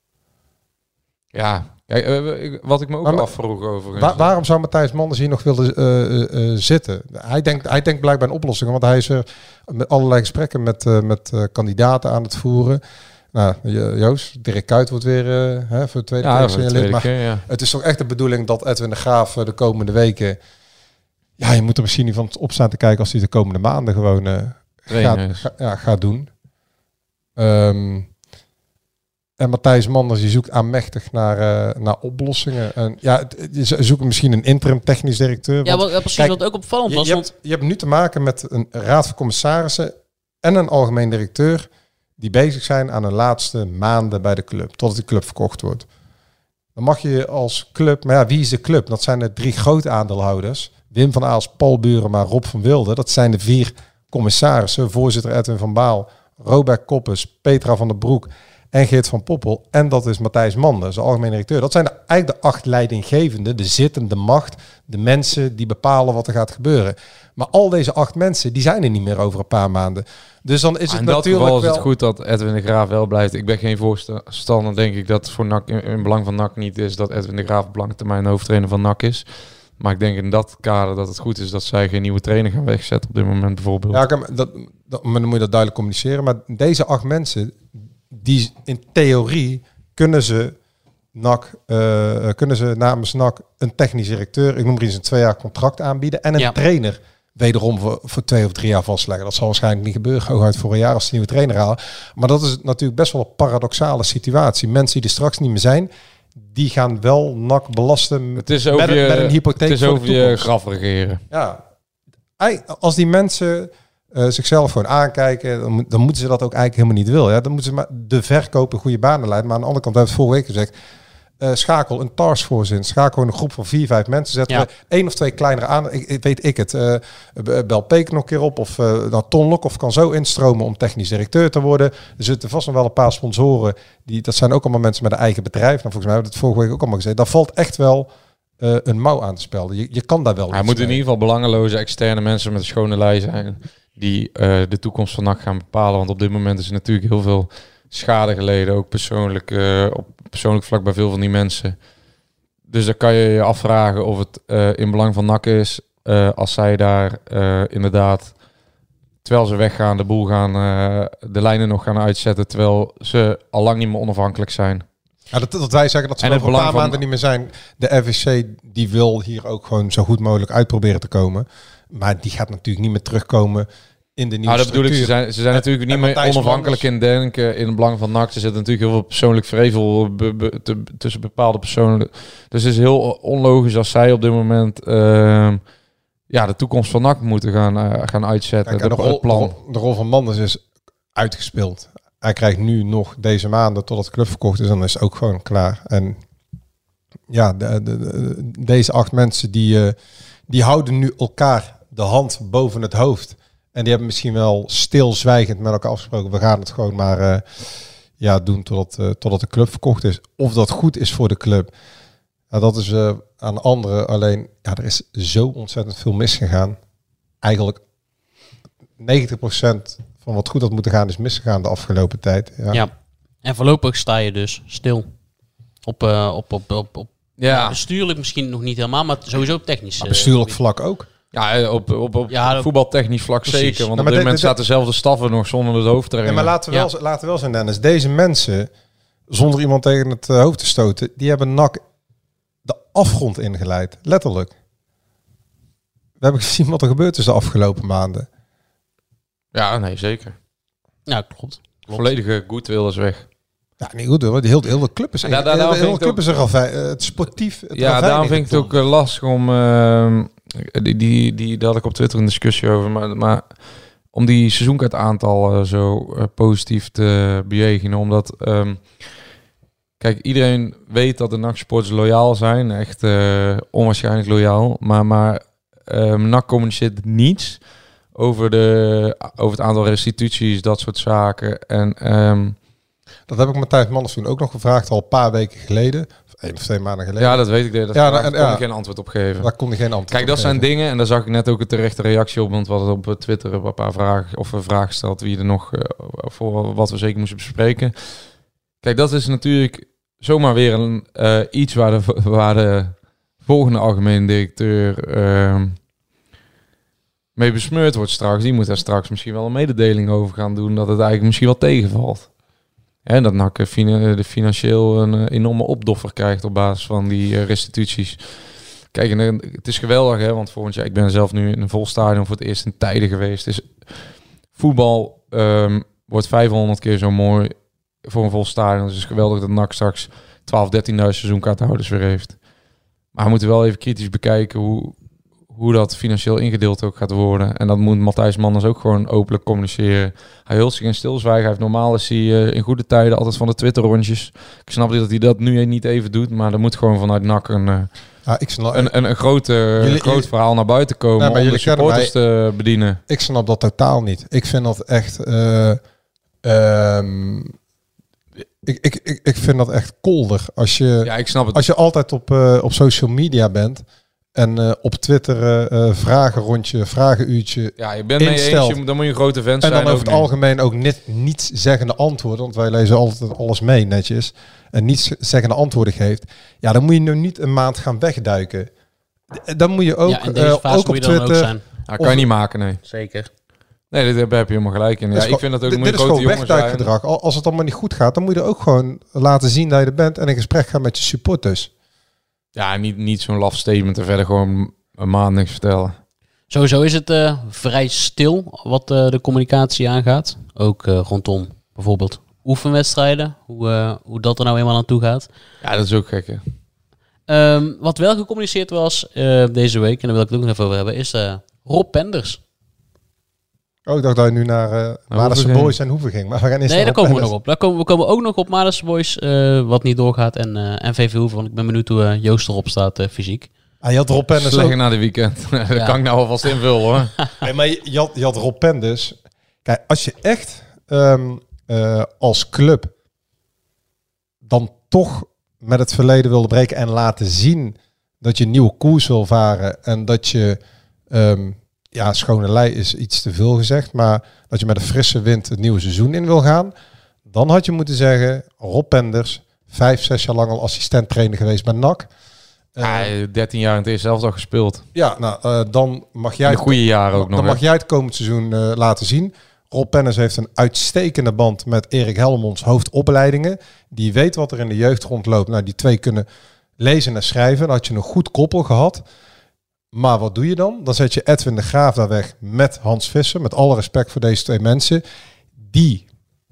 Ja, wat ik me ook afvroeg over. Waarom zou Matthijs Manders hier nog willen zitten? Hij denkt blijkbaar een oplossing, want hij is er met allerlei gesprekken met kandidaten aan het voeren. Nou, Joost, Dirk Kuyt wordt weer voor de tweede keer. Het is toch echt de bedoeling dat Edwin de Graaf de komende weken... Ja, je moet er misschien niet van opstaan te kijken als hij de komende maanden gewoon gaat doen. En Matthijs Manders, die zoekt aanmächtig naar oplossingen. En ja, ze zoeken misschien een interim technisch directeur. Ja, precies, kijk, wat ook opvallend was. Je hebt nu te maken met een raad van commissarissen en een algemeen directeur die bezig zijn aan de laatste maanden bij de club, totdat de club verkocht wordt. Dan mag je als club, maar ja, wie is de club? Dat zijn de 3 grote aandeelhouders. Wim van Aals, Paul Burema, Rob van Wilde. Dat zijn de 4 commissarissen. Voorzitter Edwin van Baal, Robert Koppes, Petra van der Broek en Geert van Poppel. En dat is Matthijs Manders, de algemene directeur. Dat zijn eigenlijk de 8 leidinggevenden, de zittende macht, de mensen die bepalen wat er gaat gebeuren. Maar al deze 8 mensen, die zijn er niet meer over een paar maanden. Dus dan is het natuurlijk wel... In dat geval is het goed dat Edwin de Graaf wel blijft. Ik ben geen voorstander, denk ik, dat voor NAC in belang van NAC niet is dat Edwin de Graaf op lange termijn hoofdtrainer van NAC is. Maar ik denk in dat kader dat het goed is dat zij geen nieuwe trainer gaan wegzetten op dit moment bijvoorbeeld. Ja, maar dan moet je dat duidelijk communiceren. Maar deze 8 mensen, die in theorie kunnen ze namens NAC een technisch directeur, ik noem er eens een 2 jaar contract aanbieden en een trainer wederom voor 2 of 3 jaar vastleggen. Dat zal waarschijnlijk niet gebeuren, hooguit voor een jaar als ze een nieuwe trainer halen. Maar dat is natuurlijk best wel een paradoxale situatie. Mensen die er straks niet meer zijn, die gaan wel NAC belasten met een hypotheek. Het is over je graf regeren. Ja, als die mensen zichzelf gewoon aankijken, dan moeten ze dat ook eigenlijk helemaal niet willen. Ja? Dan moeten ze maar de verkoop een goede banen leiden. Maar aan de andere kant hebben we het vorige week gezegd, schakel een taskforce in. Schakel een groep van 4-5 mensen. Zetten we 1 of 2 kleinere aan. Bel Peek nog een keer op. Of Ton Lokhoff kan zo instromen om technisch directeur te worden. Er zitten vast nog wel een paar sponsoren. Dat zijn ook allemaal mensen met een eigen bedrijf. Nou, volgens mij hebben we het vorige week ook allemaal gezegd. Daar valt echt wel een mouw aan te spelden. Je kan daar wel. Hij moet in ieder geval belangeloze externe mensen met een schone lei zijn die de toekomst van NAC gaan bepalen. Want op dit moment is er natuurlijk heel veel schade geleden, ook persoonlijk op persoonlijk vlak bij veel van die mensen. Dus dan kan je je afvragen of het in belang van NAC is als zij daar inderdaad, terwijl ze weggaan, de boel gaan, de lijnen nog gaan uitzetten, terwijl ze al lang niet meer onafhankelijk zijn. Ja, dat wij zeggen dat ze over een paar maanden niet meer zijn. De FVC die wil hier ook gewoon zo goed mogelijk uitproberen te komen. Maar die gaat natuurlijk niet meer terugkomen in de nieuwe dat bedoel ik, ze zijn natuurlijk niet meer onafhankelijk in denken in het belang van NAC. Er zit natuurlijk heel veel persoonlijk vrevel tussen bepaalde personen. Dus het is heel onlogisch als zij op dit moment de toekomst van NAC moeten gaan uitzetten. Kijk, de rol van Manders is uitgespeeld. Hij krijgt nu nog deze maanden totdat de club verkocht is, dan is het ook gewoon klaar. En ja, deze 8 mensen die houden nu elkaar de hand boven het hoofd. En die hebben misschien wel stilzwijgend met elkaar afgesproken. We gaan het gewoon maar doen totdat de club verkocht is. Of dat goed is voor de club. Dat is aan de andere. Alleen, er is zo ontzettend veel misgegaan. Eigenlijk 90% van wat goed had moeten gaan is misgegaan de afgelopen tijd. Ja. En voorlopig sta je dus stil. Op bestuurlijk misschien nog niet helemaal, maar sowieso op technisch. Maar bestuurlijk vlak ook. Ja, op voetbaltechnisch vlak precies. Zeker. Want op dit moment staat dezelfde staffen nog zonder de hoofdtrainer. Ja, maar laten we wel zijn, Dennis. Deze mensen, zonder iemand tegen het hoofd te stoten, die hebben NAC de afgrond ingeleid. Letterlijk. We hebben gezien wat er gebeurd is de afgelopen maanden. Ja, nee, zeker. Ja, klopt. Volledige goodwill is weg. Ja, niet goed hoor. Heel de club is heel de club is er het sportief. Daarom vind ik het ook lastig om... Daar had ik op Twitter een discussie over. Maar om die seizoenkaartaantal zo positief te bejegenen. Omdat... kijk, iedereen weet dat de NAC-supporters loyaal zijn. Echt onwaarschijnlijk loyaal. Maar NAC communiceert niets over het aantal restituties, dat soort zaken. En... dat heb ik Matthijs Manders toen ook nog gevraagd, al een paar weken geleden. 1 of 2 maanden geleden. Ja, dat weet ik. Daar kon ik geen antwoord op geven. Daar kon hij geen antwoord Kijk, dat zijn dingen, en daar zag ik net ook een terechte reactie op, want we hadden op Twitter een paar vragen gesteld wie er nog voor wat we zeker moesten bespreken. Kijk, dat is natuurlijk zomaar weer iets waar de volgende algemene directeur mee besmeurd wordt straks. Die moet daar straks misschien wel een mededeling over gaan doen dat het eigenlijk misschien wel tegenvalt. En dat NAC financieel een enorme opdoffer krijgt op basis van die restituties. Kijk, en het is geweldig, hè, want volgend jaar, ik ben zelf nu in een vol stadion voor het eerst in tijden geweest. Dus voetbal wordt 500 keer zo mooi voor een vol stadion. Dus het is geweldig dat NAC straks 12.000, 13.000 seizoenkaarthouders weer heeft. Maar we moeten wel even kritisch bekijken hoe dat financieel ingedeeld ook gaat worden. En dat moet Matthijs Manders ook gewoon openlijk communiceren. Hij hult zich in stilzwijgen. Hij heeft normaal is hij in goede tijden altijd van de Twitter-rondjes. Ik snap dat hij dat nu niet even doet, maar er moet gewoon vanuit NAC een groot verhaal naar buiten komen om de supporters te bedienen. Ik snap dat totaal niet. Ik vind dat echt Ik vind dat echt kolder. Als je, Ja, ik snap het. Als je altijd op social media bent en op Twitter vragenuurtje Ja, je bent mee eens, dan moet je een grote vent zijn. En dan over het nu. algemeen ook niets zeggende antwoorden, want wij lezen altijd alles mee netjes. En niets zeggende antwoorden geeft. Ja, dan moet je nu niet een maand gaan wegduiken. Dan moet je ook, in deze fase ook op moet je dan Twitter... ook zijn. Ja, kan je niet maken, nee. Zeker. Nee, daar heb je helemaal gelijk in. Ja, ik vind dat ook, dit moet je is grote gewoon jongens zijn. wegduikgedrag. Als het allemaal niet goed gaat, dan moet je er ook gewoon laten zien dat je er bent en in gesprek gaan met je supporters. Ja, niet zo'n laf statement en verder gewoon een maand niks vertellen. Sowieso is het vrij stil wat de communicatie aangaat. Ook rondom bijvoorbeeld oefenwedstrijden. Hoe dat er nou eenmaal aan toe gaat. Ja, dat is ook gek, hè. Wat wel gecommuniceerd was deze week, en daar wil ik het ook nog even over hebben, is Rob Penders. Oh, ik dacht dat je nu naar Madense Boys en Hoeven ging. Maar we gaan eerst Nee, daar komen we nog op. We komen ook nog op Madense Boys, wat niet doorgaat. En VV Hoeven, want ik ben benieuwd hoe Joost erop staat fysiek. Je had Rob Penders Slecht ook. na de weekend. Dat kan ik nou alvast invullen, hoor. Nee, maar je had Rob Penders. Kijk, als je echt als club dan toch met het verleden wilde breken en laten zien dat je een nieuwe koers wil varen en dat je, schone lei is iets te veel gezegd, maar dat je met een frisse wind het nieuwe seizoen in wil gaan, dan had je moeten zeggen, Rob Penders, 5-6 jaar lang al assistent-trainer geweest bij NAC. 13 jaar in het eerste elftal gespeeld. Ja, dan mag jij... In de goede jaren ook nog. Dan mag jij het komend seizoen laten zien. Rob Penders heeft een uitstekende band met Erik Helmonds, hoofdopleidingen. Die weet wat er in de jeugd rondloopt. Nou, die twee kunnen lezen en schrijven. Dan had je een goed koppel gehad. Maar wat doe je dan? Dan zet je Edwin de Graaf daar weg met Hans Visser. Met alle respect voor deze twee mensen. Die,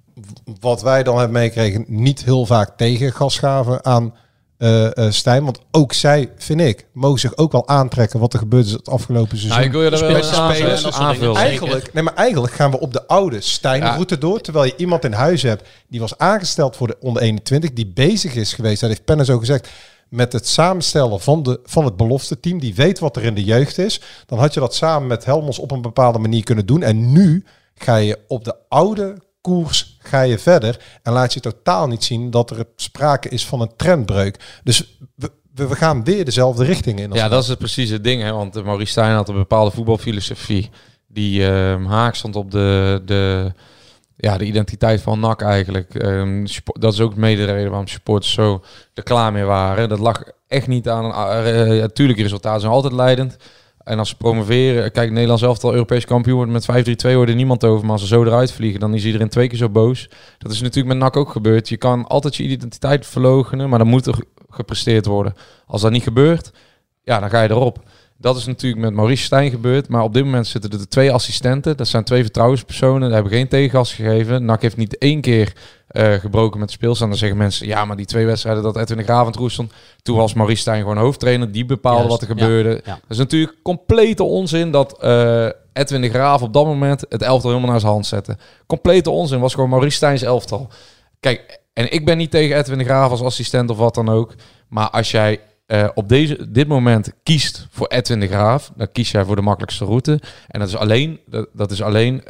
wat wij dan hebben meegekregen, niet heel vaak tegengas gaven aan Stijn. Want ook zij, vind ik, mogen zich ook wel aantrekken wat er gebeurd is het afgelopen seizoen. Nou, ik wil je er wel aanvullen. Eigenlijk gaan we op de oude Stijn-route door. Terwijl je iemand in huis hebt die was aangesteld voor de onder 21. Die bezig is geweest, dat heeft Pennis ook gezegd, met het samenstellen van het belofte team. Die weet wat er in de jeugd is. Dan had je dat samen met Helmonds op een bepaalde manier kunnen doen. En nu ga je op de oude koers ga je verder en laat je totaal niet zien dat er sprake is van een trendbreuk. Dus we gaan weer dezelfde richting in. Ja, dat is het precies het ding, hè? Want Maurice Stijn had een bepaalde voetbalfilosofie die haak stond op de identiteit van NAC eigenlijk. Dat is ook mede de reden waarom supporters zo er klaar mee waren. Dat lag echt niet aan natuurlijk, resultaten zijn altijd leidend. En als ze promoveren, kijk, Nederland zelf al Europees kampioen wordt met 5-3-2 hoorde niemand over. Maar als ze zo eruit vliegen, dan is iedereen 2 keer zo boos. Dat is natuurlijk met NAC ook gebeurd. Je kan altijd je identiteit verloochenen, maar dan moet er gepresteerd worden. Als dat niet gebeurt, ja, dan ga je erop. Dat is natuurlijk met Maurice Stijn gebeurd. Maar op dit moment zitten er 2 assistenten. Dat zijn 2 vertrouwenspersonen. Die hebben geen tegengas gegeven. NAC heeft niet 1 keer gebroken met de speelstand. Dan zeggen mensen, ja, maar die 2 wedstrijden dat Edwin de Graaf aan het roer stond. Toen was Maurice Stijn gewoon hoofdtrainer. Die bepaalde wat er gebeurde. Ja. Dat is natuurlijk complete onzin dat Edwin de Graaf op dat moment het elftal helemaal naar zijn hand zette. Complete onzin. Was gewoon Maurice Stijns elftal. Kijk, en ik ben niet tegen Edwin de Graaf als assistent of wat dan ook. Maar als jij op dit moment kiest voor Edwin de Graaf, dan kies jij voor de makkelijkste route. En dat is alleen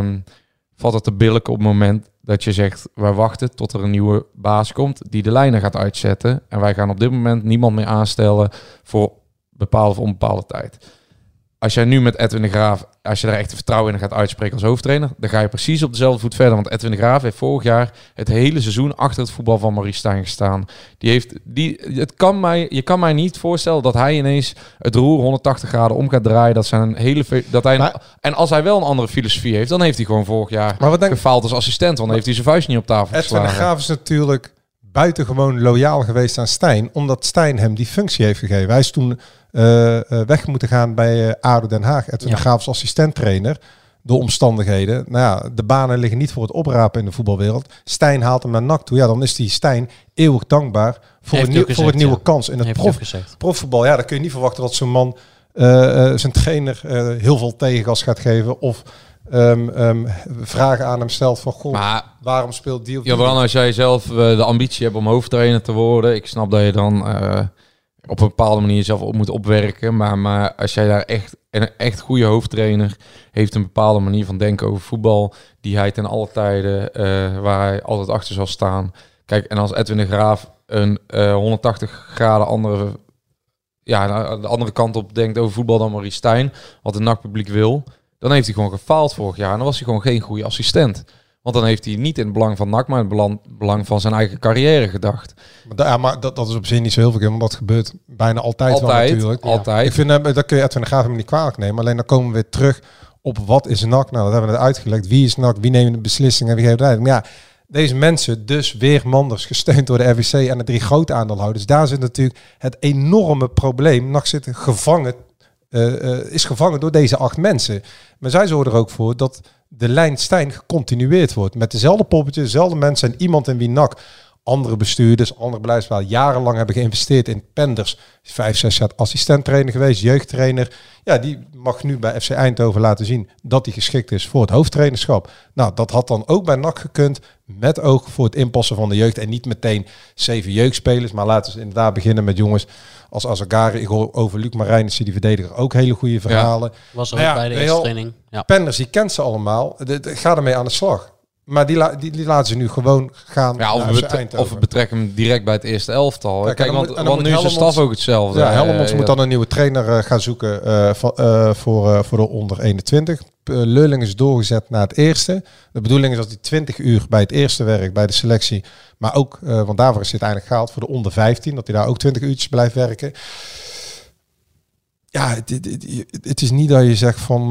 valt het te billijken op het moment dat je zegt, wij wachten tot er een nieuwe baas komt die de lijnen gaat uitzetten. En wij gaan op dit moment niemand meer aanstellen voor bepaalde of onbepaalde tijd. Als jij nu met Edwin de Graaf, als je daar echt vertrouwen in gaat uitspreken als hoofdtrainer, dan ga je precies op dezelfde voet verder. Want Edwin de Graaf heeft vorig jaar het hele seizoen achter het voetbal van Maurice Stijn gestaan. Je kan mij niet voorstellen dat hij ineens het roer 180 graden om gaat draaien. En als hij wel een andere filosofie heeft, dan heeft hij gewoon vorig jaar gefaald als assistent. Want dan heeft hij zijn vuist niet op tafel geslagen. Edwin de Graaf is natuurlijk buitengewoon loyaal geweest aan Stijn, omdat Stijn hem die functie heeft gegeven. Hij is toen weg moeten gaan bij ADO Den Haag. Edwin de Graaf als assistent-trainer. Door omstandigheden. Nou ja, de banen liggen niet voor het oprapen in de voetbalwereld. Stijn haalt hem naar NAC toe. Ja, dan is die Stijn eeuwig dankbaar voor het nieuwe kans. In het profvoetbal, ja, dan kun je niet verwachten dat zo'n man zijn trainer heel veel tegengas gaat geven. Of vragen aan hem stelt van, goh, maar waarom speelt die of die? Ja, vooral als jij zelf de ambitie hebt om hoofdtrainer te worden. Ik snap dat je dan op een bepaalde manier jezelf op moet opwerken. Maar als jij daar een echt goede hoofdtrainer heeft een bepaalde manier van denken over voetbal, die hij ten alle tijden, waar hij altijd achter zal staan. Kijk, en als Edwin de Graaf een 180 graden de andere kant op denkt over voetbal dan Maurice Stijn, wat het NAC-publiek wil, dan heeft hij gewoon gefaald vorig jaar. En dan was hij gewoon geen goede assistent. Want dan heeft hij niet in het belang van NAC, maar in het belang van zijn eigen carrière gedacht. Maar dat is op zich niet zo heel veel, want dat gebeurt bijna altijd wel natuurlijk. Altijd. Ik vind, dat kun je Edwin de Graaf hem niet kwalijk nemen. Alleen dan komen we weer terug op wat is NAC. Nou, dat hebben we net uitgelegd. Wie is NAC? Wie neemt de beslissingen? Wie geeft het uit? Maar ja, deze mensen, dus weer Manders, gesteund door de RVC en de 3 grote aandeelhouders. Daar zit natuurlijk het enorme probleem. NAC zit is gevangen door deze 8 mensen. Maar zij zorgen er ook voor dat de lijn Stijn gecontinueerd wordt. Met dezelfde poppetjes, dezelfde mensen en iemand in wie NAC, andere bestuurders, andere beleidsbepalers jarenlang hebben geïnvesteerd in Penders. 5, 6 jaar assistent-trainer geweest, jeugdtrainer. Ja, die mag nu bij FC Eindhoven laten zien dat hij geschikt is voor het hoofdtrainerschap. Nou, dat had dan ook bij NAC gekund, met oog voor het inpassen van de jeugd. En niet meteen 7 jeugdspelers, maar laten we inderdaad beginnen met jongens als Azagari. Ik hoor over Luc Marijnissen, die verdediger, ook hele goede verhalen. Ja, was er ook bij de eerste training. Ja. Penders, die kent ze allemaal. Ga ermee aan de slag. Maar die laten ze nu gewoon gaan. Ja, of we betrekken hem direct bij het eerste elftal. Ja, kijk, want nu is de staf ook hetzelfde. Ja, Helmonds moet dan een nieuwe trainer gaan zoeken voor de onder 21. Leuling is doorgezet naar het eerste. De bedoeling is dat hij 20 uur bij het eerste werkt, bij de selectie. Maar ook, want daarvoor is dit eigenlijk gehaald voor de onder 15. Dat hij daar ook 20 uurtjes blijft werken. Ja, het is niet dat je zegt van...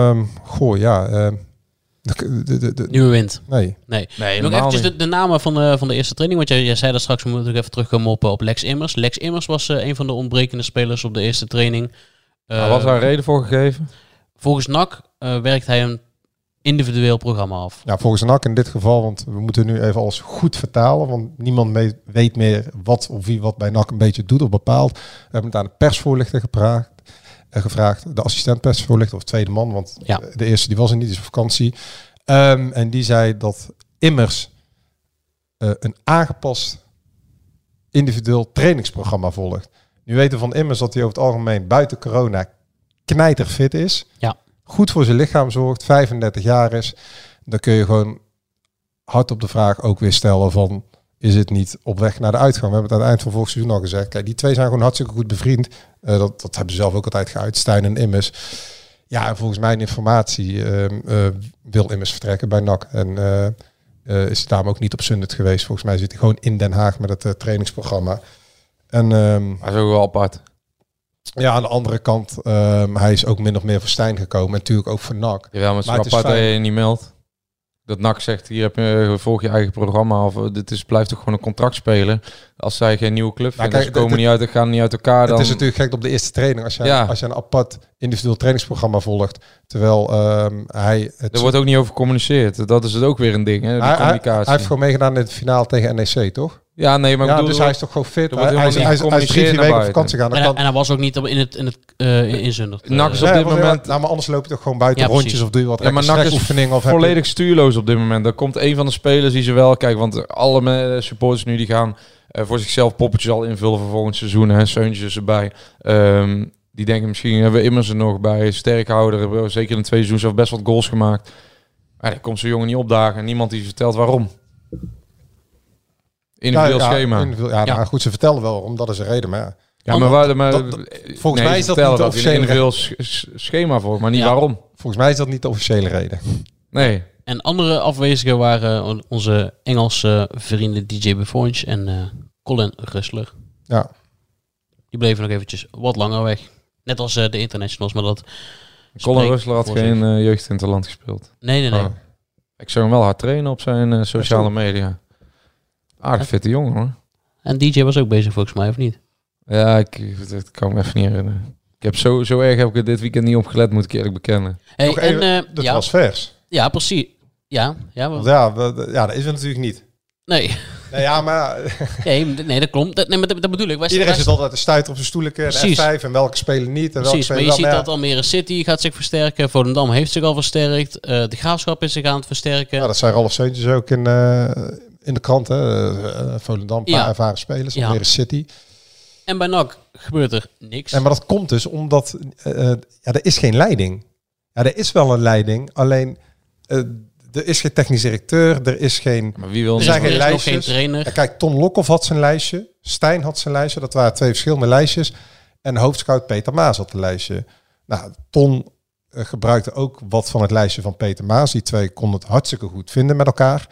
Nieuwe wind. Nee. Nog eventjes de namen van de eerste training. Want jij zei dat straks, we moeten ook even terugkomen op Lex Immers. Lex Immers was een van de ontbrekende spelers op de eerste training. Was daar een reden voor gegeven? Volgens NAC werkt hij een individueel programma af. Ja, volgens NAC in dit geval, want we moeten nu even alles goed vertalen, want niemand weet meer wat of wie wat bij NAC een beetje doet of bepaalt. We hebben het aan de persvoorlichter gevraagd, de assistent persvoorlichter of tweede man, want de eerste die was er niet, is op vakantie. En die zei dat Immers een aangepast individueel trainingsprogramma volgt. Nu weten we van Immers dat hij over het algemeen buiten corona knijterfit is. Ja. Goed voor zijn lichaam zorgt, 35 jaar is. Dan kun je gewoon hard op de vraag ook weer stellen van, is het niet op weg naar de uitgang? We hebben het aan het eind van vorig seizoen al gezegd. Kijk, die twee zijn gewoon hartstikke goed bevriend. Dat hebben ze zelf ook altijd geuit, Stijn en Immers. Ja, en volgens mijn informatie wil Immers vertrekken bij NAC. En is hij daarom ook niet op Sundet geweest. Volgens mij zit hij gewoon in Den Haag met het trainingsprogramma. En hij is ook wel apart. Ja, aan de andere kant, hij is ook min of meer voor Stijn gekomen. En natuurlijk ook voor NAC. Jawel, maar het is apart dat je niet meldt. Dat NAC zegt, hier heb je volg je eigen programma. Of blijft toch gewoon een contract spelen. Als zij geen nieuwe club vinden, ze komen gaan niet uit elkaar. Dan... Het is natuurlijk gek op de eerste training. Als je een apart individueel trainingsprogramma volgt. Terwijl hij... Er wordt ook niet over gecommuniceerd. Dat is het ook weer een ding, hè, de communicatie. Hij heeft gewoon meegedaan in het finale tegen NEC, toch? Ja, nee, maar bedoel, dus hij is toch gewoon fit. Hij is 3-4 weken op vakantie gaan. En hij was ook niet in Zundert. NAC is op dit moment... maar anders loop je toch gewoon buiten rondjes of doe je wat maar NAC is volledig stuurloos op dit moment. Er komt een van de spelers die ze wel... Kijk, want alle supporters nu die gaan voor zichzelf poppetjes al invullen voor volgend seizoen. En Seuntjes erbij. Die denken misschien hebben we Immers er nog bij. Sterkhouder, zeker in de tweede seizoen zelf best wat goals gemaakt. Maar dan komt zo'n jongen niet opdagen. En niemand die vertelt waarom. Individueel schema. Nou, goed, ze vertellen wel waarom, dat is een reden. Maar volgens mij is dat niet de officiële schema voor, maar niet waarom. Volgens mij is dat niet de officiële reden. Nee. En andere afwezigen waren onze Engelse vrienden DJ Buffons en Colin Rustler. Ja. Die bleven nog eventjes wat langer weg. Net als de internationals, maar dat... Colin Rustler had geen jeugdinterland gespeeld. Nee. Oh. Ik zou hem wel hard trainen op zijn sociale media. Aardig fitte jongen, hoor. En DJ was ook bezig volgens mij, of niet? Ja, dat kan me even niet herinneren. Ik heb zo erg heb ik dit weekend niet opgelet, moet ik eerlijk bekennen. Hey, dat was vers. Ja, precies. Ja, dat is het natuurlijk niet. Nee. Ja, maar... nee, dat klopt. Maar dat bedoel ik. Iedereen zit altijd te stuiten op zijn stoeltje. En F5 en welke spelen niet. En precies, maar je ziet dat Almere City gaat zich versterken. Volendam heeft zich al versterkt. De Graafschap is zich aan het versterken. Ja, dat zijn Ralf Seuntjes ook in de krant. Volendam, een paar ervaren spelers. Almere City. En bij NAC gebeurt er niks. En maar dat komt dus omdat er is geen leiding. Ja, er is wel een leiding, alleen er is geen technisch directeur, er is geen... Maar wie wil er zijn is geen nog lijstjes. geen trainer. Ja, kijk, Ton Lokhoff had zijn lijstje, Stijn had zijn lijstje, dat waren 2 verschillende lijstjes. En hoofdscout Peter Maas had een lijstje. Nou, Ton gebruikte ook wat van het lijstje van Peter Maas. Die 2 konden het hartstikke goed vinden met elkaar.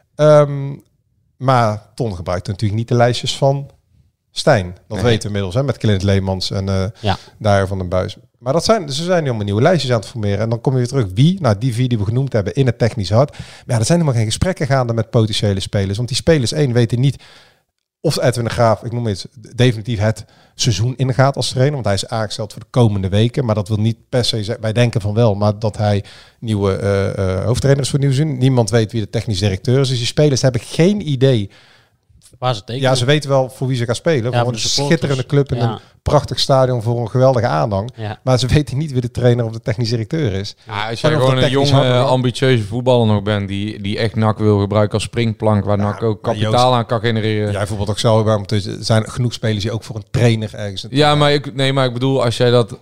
Maar Ton gebruikte natuurlijk niet de lijstjes van Stijn. Dat weten we inmiddels, hè, met Clint Leemans en Dario van den Buis. Maar ze zijn nu allemaal nieuwe lijstjes aan het formeren. En dan kom je weer terug. Wie? Nou, die 4 die we genoemd hebben in het technisch hart. Maar ja, er zijn helemaal geen gesprekken gaande met potentiële spelers. Want die spelers, weten niet of Edwin de Graaf, ik noem het, definitief het seizoen ingaat als trainer. Want hij is aangesteld voor de komende weken. Maar dat wil niet per se zeggen, wij denken van wel, maar dat hij nieuwe hoofdtrainer is voor het nieuwe seizoen. Niemand weet wie de technisch directeur is. Dus die spelers hebben geen idee. Waar ze tekenen. Ja, ze weten wel voor wie ze gaan spelen. Ja, voor een schitterende club in een prachtig stadion voor een geweldige aanhang. Ja. Maar ze weten niet wie de trainer of de technisch directeur is. Ja, als jij gewoon een jonge, ambitieuze voetballer nog bent die echt NAC wil gebruiken als springplank, waar NAC ook kapitaal aan kan genereren. Jij voetbalt ook zo, maar er zijn genoeg spelers die ook voor een trainer ergens... Ja, maar ik bedoel, als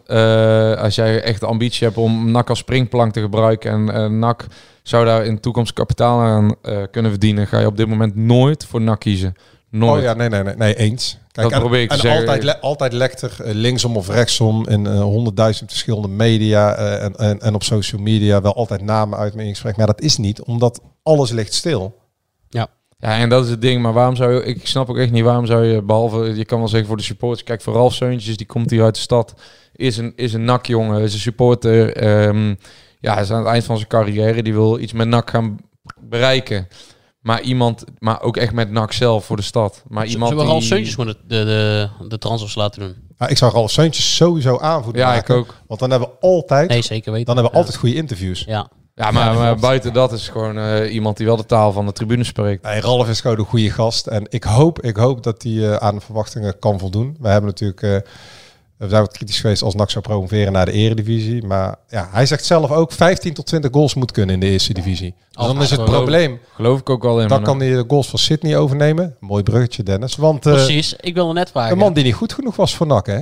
jij echt de ambitie hebt om NAC als springplank te gebruiken en NAC zou daar in de toekomst kapitaal aan kunnen verdienen, ga je op dit moment nooit voor NAC kiezen. Nooit. Oh ja, nee, eens. Kijk, dat probeer ik te zeggen. Altijd lekt er linksom of rechtsom in 100.000 verschillende media en op social media wel altijd namen uit me in gesprek. Maar dat is niet, omdat alles ligt stil. Ja, en dat is het ding. Maar waarom zou je... Ik snap ook echt niet waarom zou je, behalve... Je kan wel zeggen voor de supporters. Kijk, voor Ralf Seuntjes, die komt hier uit de stad. Is een NAC-jongen, is een supporter. Is aan het eind van zijn carrière. Die wil iets met NAC gaan bereiken. Maar ook echt met NAC zelf voor de stad. Maar iemand zullen we Ralf Seuntjes gewoon de transfers laten doen? Ja, ik zou Ralf Seuntjes sowieso aanvoeren. Ja, maken, ik ook. Want dan hebben we altijd... Nee, zeker weten. Dan hebben we altijd goede interviews. Ja. Ja, maar buiten dat is gewoon iemand die wel de taal van de tribune spreekt. Nee, Ralf is gewoon een goede gast. En ik hoop dat hij aan de verwachtingen kan voldoen. We hebben natuurlijk... we zijn wat kritisch geweest als NAC zou promoveren naar de eredivisie. Maar ja, hij zegt zelf ook 15 tot 20 goals moet kunnen in de eerste divisie. Dus dan is het probleem... Geloof ik ook wel in. Dan kan hij de goals van Sydney overnemen. Mooi bruggetje, Dennis. Want, precies, ik wil er net vragen. Een man die niet goed genoeg was voor NAC, hè?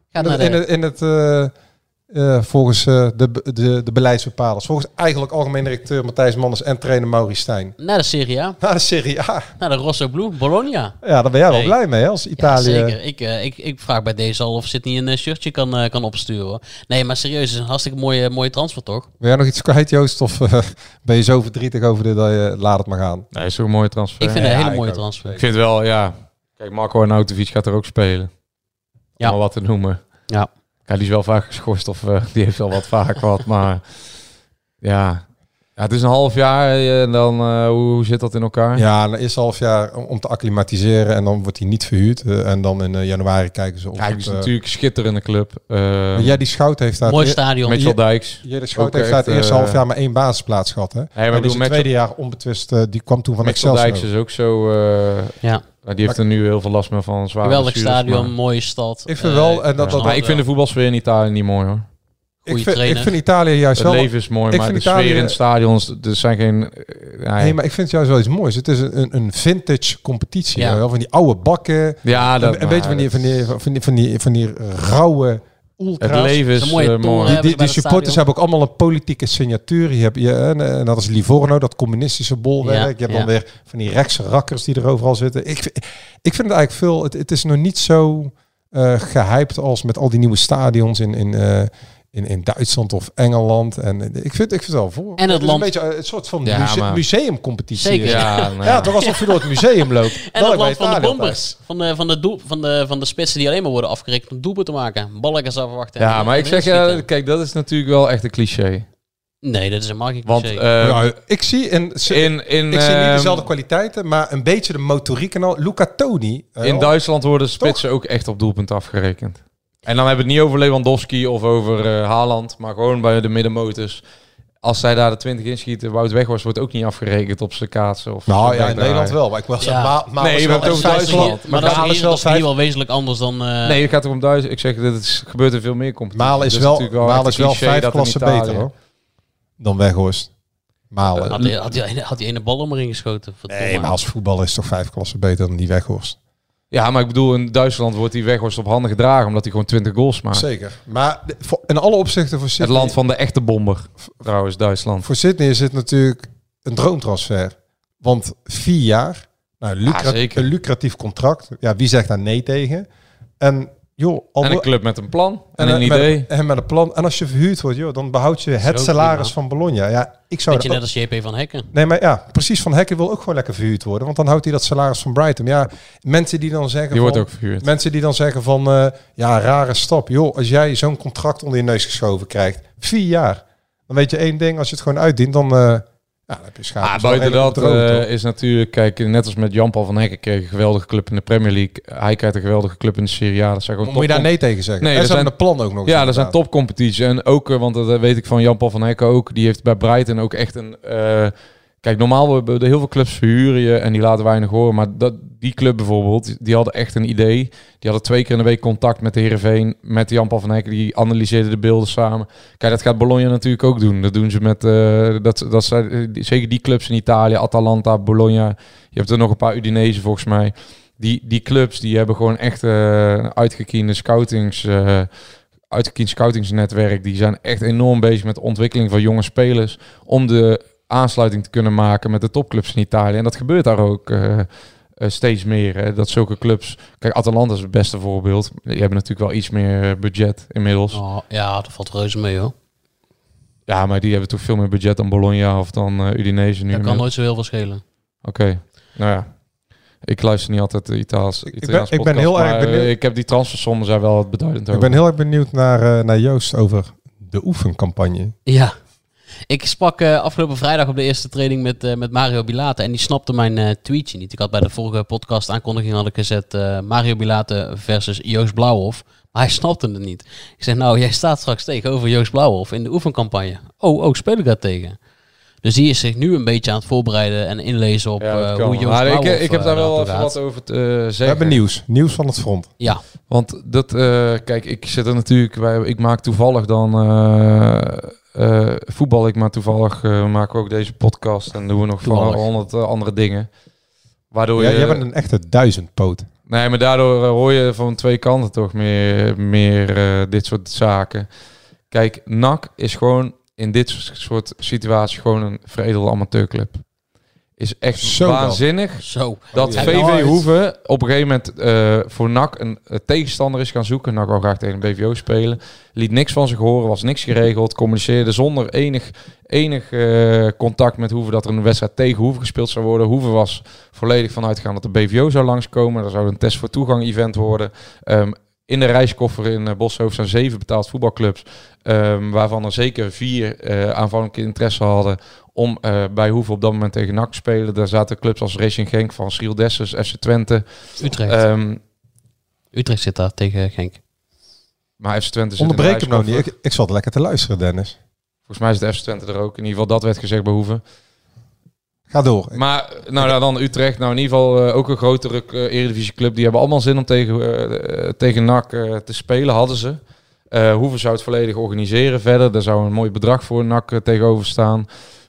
Volgens de beleidsbepalers. Volgens eigenlijk algemeen directeur Matthijs Manders en trainer Maurice Stijn. Naar de Serie A. Naar de Serie A. Naar de Rosso Blu, Bologna. Ja, daar ben jij wel blij mee, hè, als Italië. Ja, zeker. Ik vraag bij deze al of Sydney een shirtje kan opsturen. Hoor. Nee, maar serieus, het is een hartstikke mooie transfer, toch? Wil jij nog iets kwijt, Joost? Of ben je zo verdrietig over dit dat je laat het maar gaan? Nee, is ook een mooie transfer. Ik vind het een hele mooie transfer. Ik vind wel, ja. Kijk, Marco Arnautovic gaat er ook spelen. Om wat te noemen. Ja. Ja, die is wel vaak geschorst of die heeft wel wat vaak wat. Maar ja, het is een half jaar en dan hoe zit dat in elkaar? Ja, een eerste half jaar om te acclimatiseren en dan wordt hij niet verhuurd. En dan in januari kijken ze of het is natuurlijk een schitterende club. Die Schout heeft daar... Mooi stadion. Mitchell Dijks. De Schout heeft daar het eerste half jaar maar 1 basisplaats gehad. Hè? Hey, en dus het tweede jaar onbetwist, die kwam toen van Mitchell Excelsior. Dijks is ook zo... ja. Die heeft er nu heel veel last meer van. Geweldig stadion, mooie stad. Ik vind wel... En ik vind de voetbalsfeer in Italië niet mooi, hoor. Ik vind Italië juist wel... Het leven is mooi, maar de sfeer in het stadion... Er zijn geen... Nee, maar ik vind het juist wel iets moois. Het is een vintage competitie. Ja. Van die oude bakken. Ja, dat... En weet je, van die rauwe... Ultra's. Het leven is mooi. Die supporters hebben ook allemaal een politieke signatuur. Je hebt en dat is Livorno, dat communistische bolwerk. Je hebt dan weer van die rechtse rakkers die er overal zitten. Ik vind het eigenlijk veel... Het is nog niet zo gehyped als met al die nieuwe stadions in Duitsland of Engeland. En ik vind het wel voor. En het land... is een beetje een soort van museumcompetitie. Zeker. Ja, toch alsof je door het museum loopt. En het land van de bombers. Van de spitsen die alleen maar worden afgerekend om doelpunten te maken. Ballen zou verwachten. Ja, maar ik zeg kijk, dat is natuurlijk wel echt een cliché. Nee, dat is helemaal geen cliché. Want ik zie ik zie niet dezelfde kwaliteiten, maar een beetje de motoriek en al. Luca Toni. In Duitsland worden spitsen ook echt op doelpunten afgerekend. En dan hebben we het niet over Lewandowski of over Haaland, maar gewoon bij de middenmotors. Als zij daar de 20 inschieten, Wout Weghorst wordt ook niet afgerekend op zijn kaatsen. Of nou ja, in Nederland wel. Maar ik was nee, we hebben het over Duitsland. Maar dat is hier wel wezenlijk anders dan... Nee, het gaat er om Duitsland. Ik zeg, dit gebeurt er veel meer competitie. Malen is wel 5 klassen beter, hoor. Dan Weghorst. Malen. Had die ene bal om erin geschoten? Nee, maar als voetballer is het toch 5 klassen beter dan die Weghorst. Malen is wel 5 klassen beter dan Malen. Dan Weghorst. Malen is wel 5 klassen beter dan Malen. Nee, maar als voetballer is het toch 5 klassen beter dan die Weghorst. Ja, maar ik bedoel, in Duitsland wordt die Weghorst op handen gedragen omdat hij gewoon 20 goals maakt. Zeker. Maar in alle opzichten voor Sydney... Het land van de echte bomber, trouwens, Duitsland. Voor Sydney is het natuurlijk een droomtransfer. Want 4 jaar, een lucratief contract. Ja, wie zegt daar nee tegen? En joh, en een club met een plan en een idee. Met een plan. En als je verhuurd wordt, joh, dan behoud je het salaris van Bologna. Ja, ik zou net als JP van Hekken. Nee, maar ja, precies. Van Hekken wil ook gewoon lekker verhuurd worden. Want dan houdt hij dat salaris van Brighton. Ja, mensen die dan zeggen... Die wordt ook verhuurd. Mensen die dan zeggen van... rare stap. Joh, als jij zo'n contract onder je neus geschoven krijgt. 4 jaar. Dan weet je één ding. Als je het gewoon uitdient, dan... dan heb je schade. Buiten dat is natuurlijk... Kijk, net als met Jan-Paul van Hekken kreeg een geweldige club in de Premier League. Hij krijgt een geweldige club in de Serie A. Dat zijn gewoon moet je daar nee tegen zeggen? Nee, er zijn de plan ook nog. Ja, dat zijn topcompetities. En ook, want dat weet ik van Jan-Paul van Hekken ook. Die heeft bij Brighton ook echt een... Kijk, normaal hebben heel veel clubs verhuren je en die laten weinig horen. Maar die club bijvoorbeeld, die hadden echt een idee. Die hadden 2 keer in de week contact met de Heerenveen, met Jan-Paul van Hekken. Die analyseerden de beelden samen. Kijk, dat gaat Bologna natuurlijk ook doen. Dat doen ze met, dat zijn, zeker die clubs in Italië, Atalanta, Bologna. Je hebt er nog een paar Udinese volgens mij. Die clubs, die hebben gewoon echt uitgekiende scoutingsnetwerk. Die zijn echt enorm bezig met de ontwikkeling van jonge spelers. Om de aansluiting te kunnen maken met de topclubs in Italië. En dat gebeurt daar ook steeds meer. Hè? Dat zulke clubs... Kijk, Atalanta is het beste voorbeeld. Die hebben natuurlijk wel iets meer budget inmiddels. Oh, ja, dat valt reuze mee hoor. Ja, maar die hebben toch veel meer budget dan Bologna of dan Udinese nu. Dat kan nooit zo heel veel schelen. Oké. Nou ja. Ik luister niet altijd de Italiaans podcast, ik ben heel erg benieuwd. Ik heb die transfersommen zijn wel beduidend over. Ik ben heel erg benieuwd naar Joost over de oefencampagne. Ja. Ik sprak afgelopen vrijdag op de eerste training met Mario Bilate en die snapte mijn tweetje niet. Ik had bij de vorige podcast aankondiging had ik gezet Mario Bilate versus Joost Blauwhof. Maar hij snapte het niet. Ik zeg, nou, jij staat straks tegenover Joost Blauwhof in de oefencampagne. Oh, speel ik daar tegen? Dus die is zich nu een beetje aan het voorbereiden en inlezen op hoe Joost Blauwhof ik heb daar wel even wat over te zeggen. We hebben nieuws van het front. Ja. Want kijk, ik zit er natuurlijk bij. Ik maak toevallig dan voetbal. Ik maak toevallig maken we ook deze podcast en doen we nog van 100 andere dingen. Waardoor jij bent een echte 1000-poot. Nee, maar daardoor hoor je van 2 kanten toch meer dit soort zaken. Kijk, NAC is gewoon in dit soort situaties gewoon een veredelde amateurclub. Is echt zo waanzinnig dat VV Hoeven op een gegeven moment voor NAC een tegenstander is gaan zoeken. NAC wou graag tegen een BVO spelen. Liet niks van zich horen, was niks geregeld. Communiceerde zonder enig contact met Hoeven dat er een wedstrijd tegen Hoeven gespeeld zou worden. Hoeven was volledig van uitgegaan dat de BVO zou langskomen. Er zou een test voor toegang event worden. In de reiskoffer in Bosshoofd zijn 7 betaald voetbalclubs. Waarvan er zeker 4 aanvankelijke interesse hadden om bij Hoeven op dat moment tegen NAC te spelen. Daar zaten clubs als Racing Genk van Schriel Dessers, FC Twente. Utrecht. Utrecht zit daar tegen Genk. Maar FC Twente zit onderbreek hem nou niet. Ik zat lekker te luisteren, Dennis. Volgens mij zit FC Twente er ook. In ieder geval, dat werd gezegd bij Hoeven. Ga door. Maar dan Utrecht. Nou, in ieder geval ook een grotere eredivisieclub. Die hebben allemaal zin om tegen NAC te spelen, hadden ze. Hoeven zou het volledig organiseren verder. Daar zou een mooi bedrag voor NAC tegenover staan.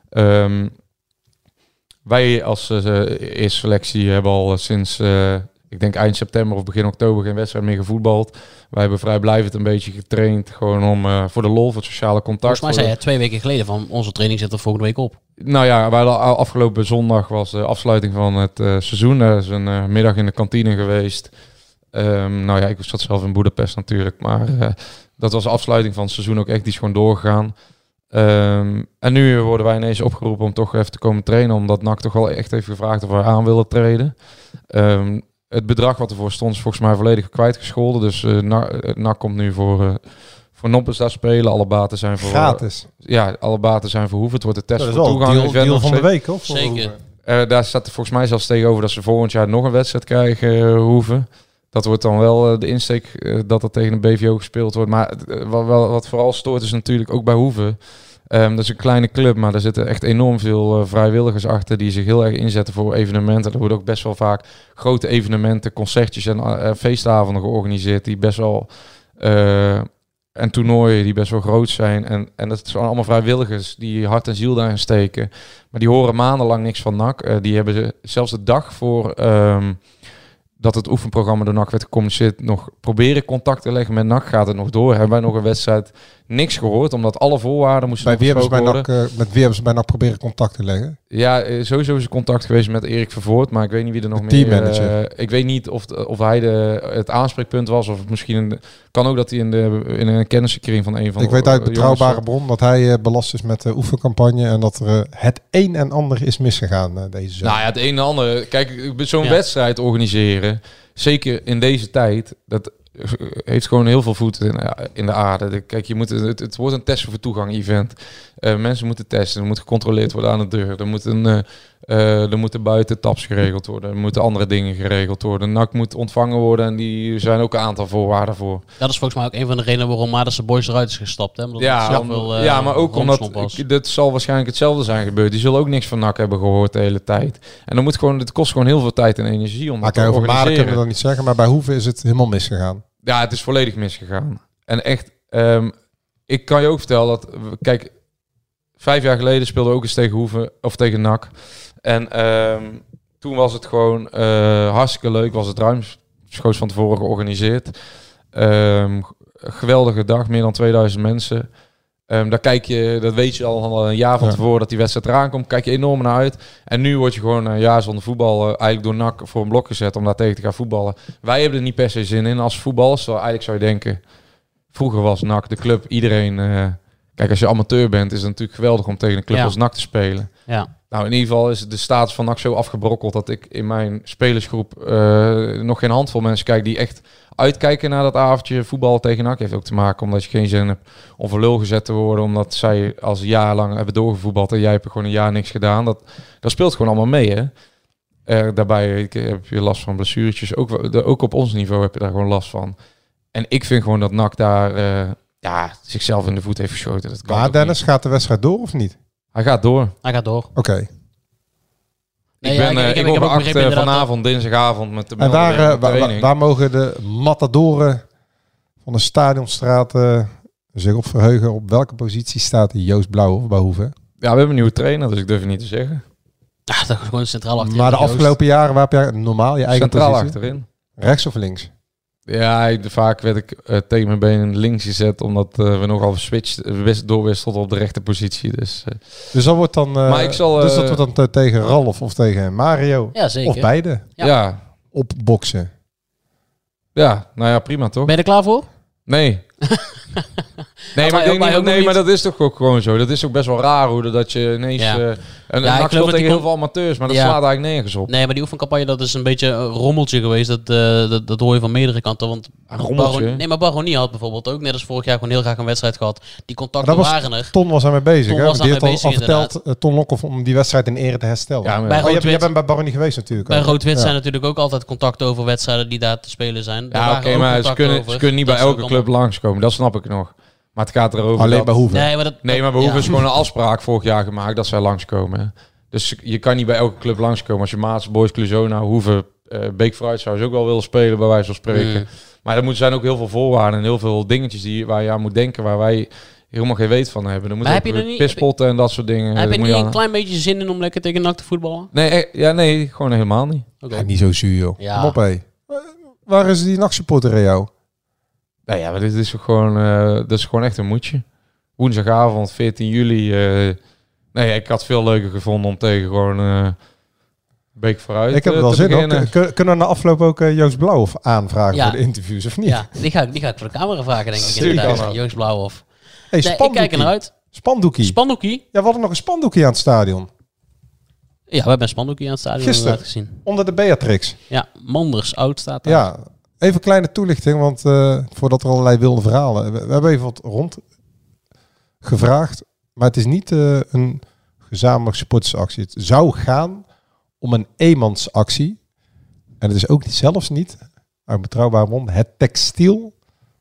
Wij als eerste selectie hebben al sinds, ik denk eind september of begin oktober geen wedstrijd meer gevoetbald. Wij hebben vrijblijvend een beetje getraind. Gewoon om voor de lol, voor het sociale contact. Volgens mij zei je 2 weken geleden van onze training zit er volgende week op. Nou ja, afgelopen zondag was de afsluiting van het seizoen. Er is een middag in de kantine geweest. Nou ja, ik zat zelf in Boedapest natuurlijk. Maar dat was de afsluiting van het seizoen ook echt. Die is gewoon doorgegaan. En nu worden wij ineens opgeroepen om toch even te komen trainen. Omdat NAC toch wel echt heeft gevraagd of we aan willen treden. Het bedrag wat ervoor stond is volgens mij volledig kwijtgescholden. Dus NAC komt nu voor Noppes daar spelen. Alle baten zijn voor... Gratis. Ja, alle baten zijn voor Hoeven. Het wordt de test voor toegang. Deal van de week, of? Zeker. Daar staat er volgens mij zelfs tegenover dat ze volgend jaar nog een wedstrijd krijgen, Hoeven. Dat wordt dan wel de insteek dat er tegen een BVO gespeeld wordt. Maar wat vooral stoort is natuurlijk ook bij Hoeven. Dat is een kleine club, maar er zitten echt enorm veel vrijwilligers achter die zich heel erg inzetten voor evenementen. Er worden ook best wel vaak grote evenementen, concertjes en feestavonden georganiseerd die best wel... en toernooien die best wel groot zijn. En dat zijn allemaal vrijwilligers die hart en ziel daarin steken. Maar die horen maandenlang niks van NAC. Die hebben zelfs de dag voor dat het oefenprogramma door NAC werd gecommuniceerd, nog proberen contact te leggen met NAC. Gaat het nog door? Hebben wij nog een wedstrijd? Niks gehoord, omdat alle voorwaarden moesten besproken worden. Met wie hebben ze bij NAC proberen contact te leggen? Ja, sowieso is er contact geweest met Erik Vervoort, maar ik weet niet wie er nog meer... Teammanager. Ik weet niet of hij het aanspreekpunt was, of misschien... kan ook dat hij in een kennissenkring van een van Ik weet uit betrouwbare bron dat hij belast is met de oefencampagne en dat er het een en ander is misgegaan deze zomer. Nou ja, het een en ander. Kijk, zo'n wedstrijd organiseren, zeker in deze tijd, dat heeft gewoon heel veel voeten in de aarde. Kijk, het wordt een testen voor toegang-event. Mensen moeten testen, er moet gecontroleerd worden aan de deur. Er moeten buiten taps geregeld worden. Er moeten andere dingen geregeld worden. NAC moet ontvangen worden en die zijn ook een aantal voorwaarden voor. Dat is volgens mij ook een van de redenen waarom Madense Boys eruit is gestapt. Hè? Maar ook omdat dit zal waarschijnlijk hetzelfde zijn gebeurd. Die zullen ook niks van NAC hebben gehoord de hele tijd. En het kost gewoon heel veel tijd en energie om dat te organiseren. Over Maden kunnen we dat niet zeggen, maar bij Hoeve is het helemaal misgegaan. Ja, het is volledig misgegaan. En echt, ik kan je ook vertellen dat, kijk, 5 jaar geleden speelden we ook eens tegen Hoeve of tegen NAC. En toen was het gewoon hartstikke leuk, was het ruimschoots van tevoren georganiseerd. Geweldige dag, meer dan 2000 mensen. Dat weet je al een jaar van tevoren dat die wedstrijd eraan komt. Kijk je enorm naar uit. En nu word je gewoon een jaar zonder voetbal eigenlijk door NAC voor een blok gezet om daar tegen te gaan voetballen. Wij hebben er niet per se zin in als voetballers. Eigenlijk zou je denken, vroeger was NAC de club. Iedereen, kijk, als je amateur bent is het natuurlijk geweldig om tegen een club als NAC te spelen. Ja. Nou, in ieder geval is de status van NAC zo afgebrokkeld dat ik in mijn spelersgroep nog geen handvol mensen kijk die echt uitkijken naar dat avondje voetbal tegen NAC. Heeft ook te maken omdat je geen zin hebt om voor lul gezet te worden, omdat zij als jaar lang hebben doorgevoetbald en jij hebt gewoon een jaar niks gedaan. Dat speelt gewoon allemaal mee, hè. Daarbij heb je last van blessuretjes. Ook op ons niveau heb je daar gewoon last van. En ik vind gewoon dat NAC daar zichzelf in de voet heeft geschoten. Dat kan maar Dennis, gaat de wedstrijd door of niet? Hij gaat door. Oké. Ik ben wacht vanavond, dinsdagavond met de waar mogen de matadoren van de Stadionstraat zich op verheugen? Op welke positie staat Joost Blauw bij Hoeve? Ja, we hebben een nieuwe trainer, dus ik durf het niet te zeggen. Ja, dat is gewoon centraal achterin. Maar de afgelopen jaren, waar heb jij normaal je eigen centraal positie? Achterin. Rechts of links? Ja, vaak werd ik tegen mijn benen links gezet, omdat we nogal doorwisselden op de rechterpositie. Dus dat wordt dan, dat wordt dan tegen Ralf of tegen Mario? Ja, zeker. Of beide? Ja. Op boksen? Ja, nou ja, prima toch? Ben je er klaar voor? Nee. Maar dat is toch ook gewoon zo. Dat is ook best wel raar hoe dat je ineens... NAC speelt tegen heel veel amateurs, maar dat slaat eigenlijk nergens op. Nee, maar die oefencampagne, dat is een beetje een rommeltje geweest. Dat hoor je van meerdere kanten. Want Baronie had bijvoorbeeld ook, net als vorig jaar, gewoon heel graag een wedstrijd gehad. Die contacten waren er. Ton was daarmee bezig. Die had al verteld, Ton Lokhoff, om die wedstrijd in ere te herstellen. Ja, jij bent bij Baronie geweest natuurlijk. Bij Rood-Wit zijn natuurlijk ook altijd contacten over wedstrijden die daar te spelen zijn. Ja, oké, maar ze kunnen niet bij elke club langskomen. Dat snap ik nog. Maar het gaat erover alleen bij Hoeve. Nee, maar bij Hoeve is gewoon een afspraak vorig jaar gemaakt dat zij langskomen. Dus je kan niet bij elke club langskomen. Als je Maats, Boys, Cluzona, Hoeve, Beek vooruit zou ze ook wel willen spelen, bij wijze van spreken. Maar er zijn ook heel veel voorwaarden en heel veel dingetjes waar je aan moet denken, waar wij helemaal geen weet van hebben. Er moet ook pispotten en dat soort dingen. Heb je niet een klein beetje zin in om lekker tegen NAC te voetballen? Nee, gewoon helemaal niet. Okay. Ja, niet zo zuur, joh. Ja. Kom op, hé. Waar is die NAC-supporter in jou? Nou ja, maar dit is gewoon echt een moedje. Woensdagavond, 14 juli. Ik had veel leuker gevonden om tegen gewoon Beek vooruit ik heb wel zin in. Kunnen we na afloop ook Joost Blauwhof aanvragen voor de interviews, of niet? Ja, die ga ik voor de camera vragen, denk ik. Joost Blauwhof. Hey, ik kijk er naar uit. Spandoekie? Ja, we hadden nog een spandoekie aan het stadion. Ja, we hebben een spandoekie aan het stadion gisteren gezien. Onder de Beatrix. Ja, Manders oud staat daar. Ja, even een kleine toelichting, want voordat er allerlei wilde verhalen... We hebben even wat rondgevraagd, maar het is niet een gezamenlijke supportersactie. Het zou gaan om een eenmansactie. En het is ook zelfs niet, uit betrouwbare bron, het textiel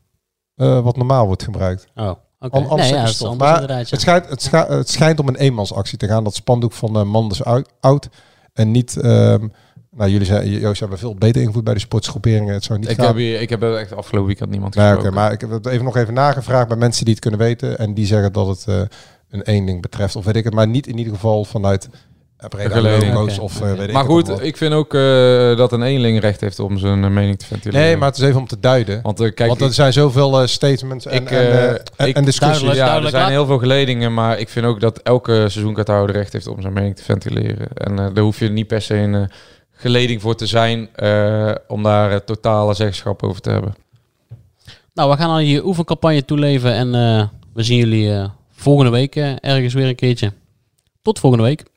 wat normaal wordt gebruikt. Oh, oké. Maar het schijnt om een eenmansactie te gaan. Dat spandoek van Manders oud. En niet... jullie zijn, Joost, hebben veel beter invloed bij de sportsgroeperingen. Het zou niet gaan. Ik heb echt afgelopen weekend niemand gesproken. Okay, maar ik heb het nog even nagevraagd bij mensen die het kunnen weten. En die zeggen dat het een één ding betreft. Of weet ik het, maar niet in ieder geval vanuit logo's of weet ik maar goed, wat. ik vind ook dat een eenling recht heeft om zijn mening te ventileren. Nee, maar het is even om te duiden. Want er zijn zoveel statements en discussies. Ja, er zijn heel veel geledingen, maar ik vind ook dat elke seizoenkaarthouder recht heeft om zijn mening te ventileren. En daar hoef je niet per se een geleding voor te zijn om daar totale zeggenschap over te hebben. Nou, we gaan aan je oefencampagne toeleven en we zien jullie volgende week ergens weer een keertje. Tot volgende week.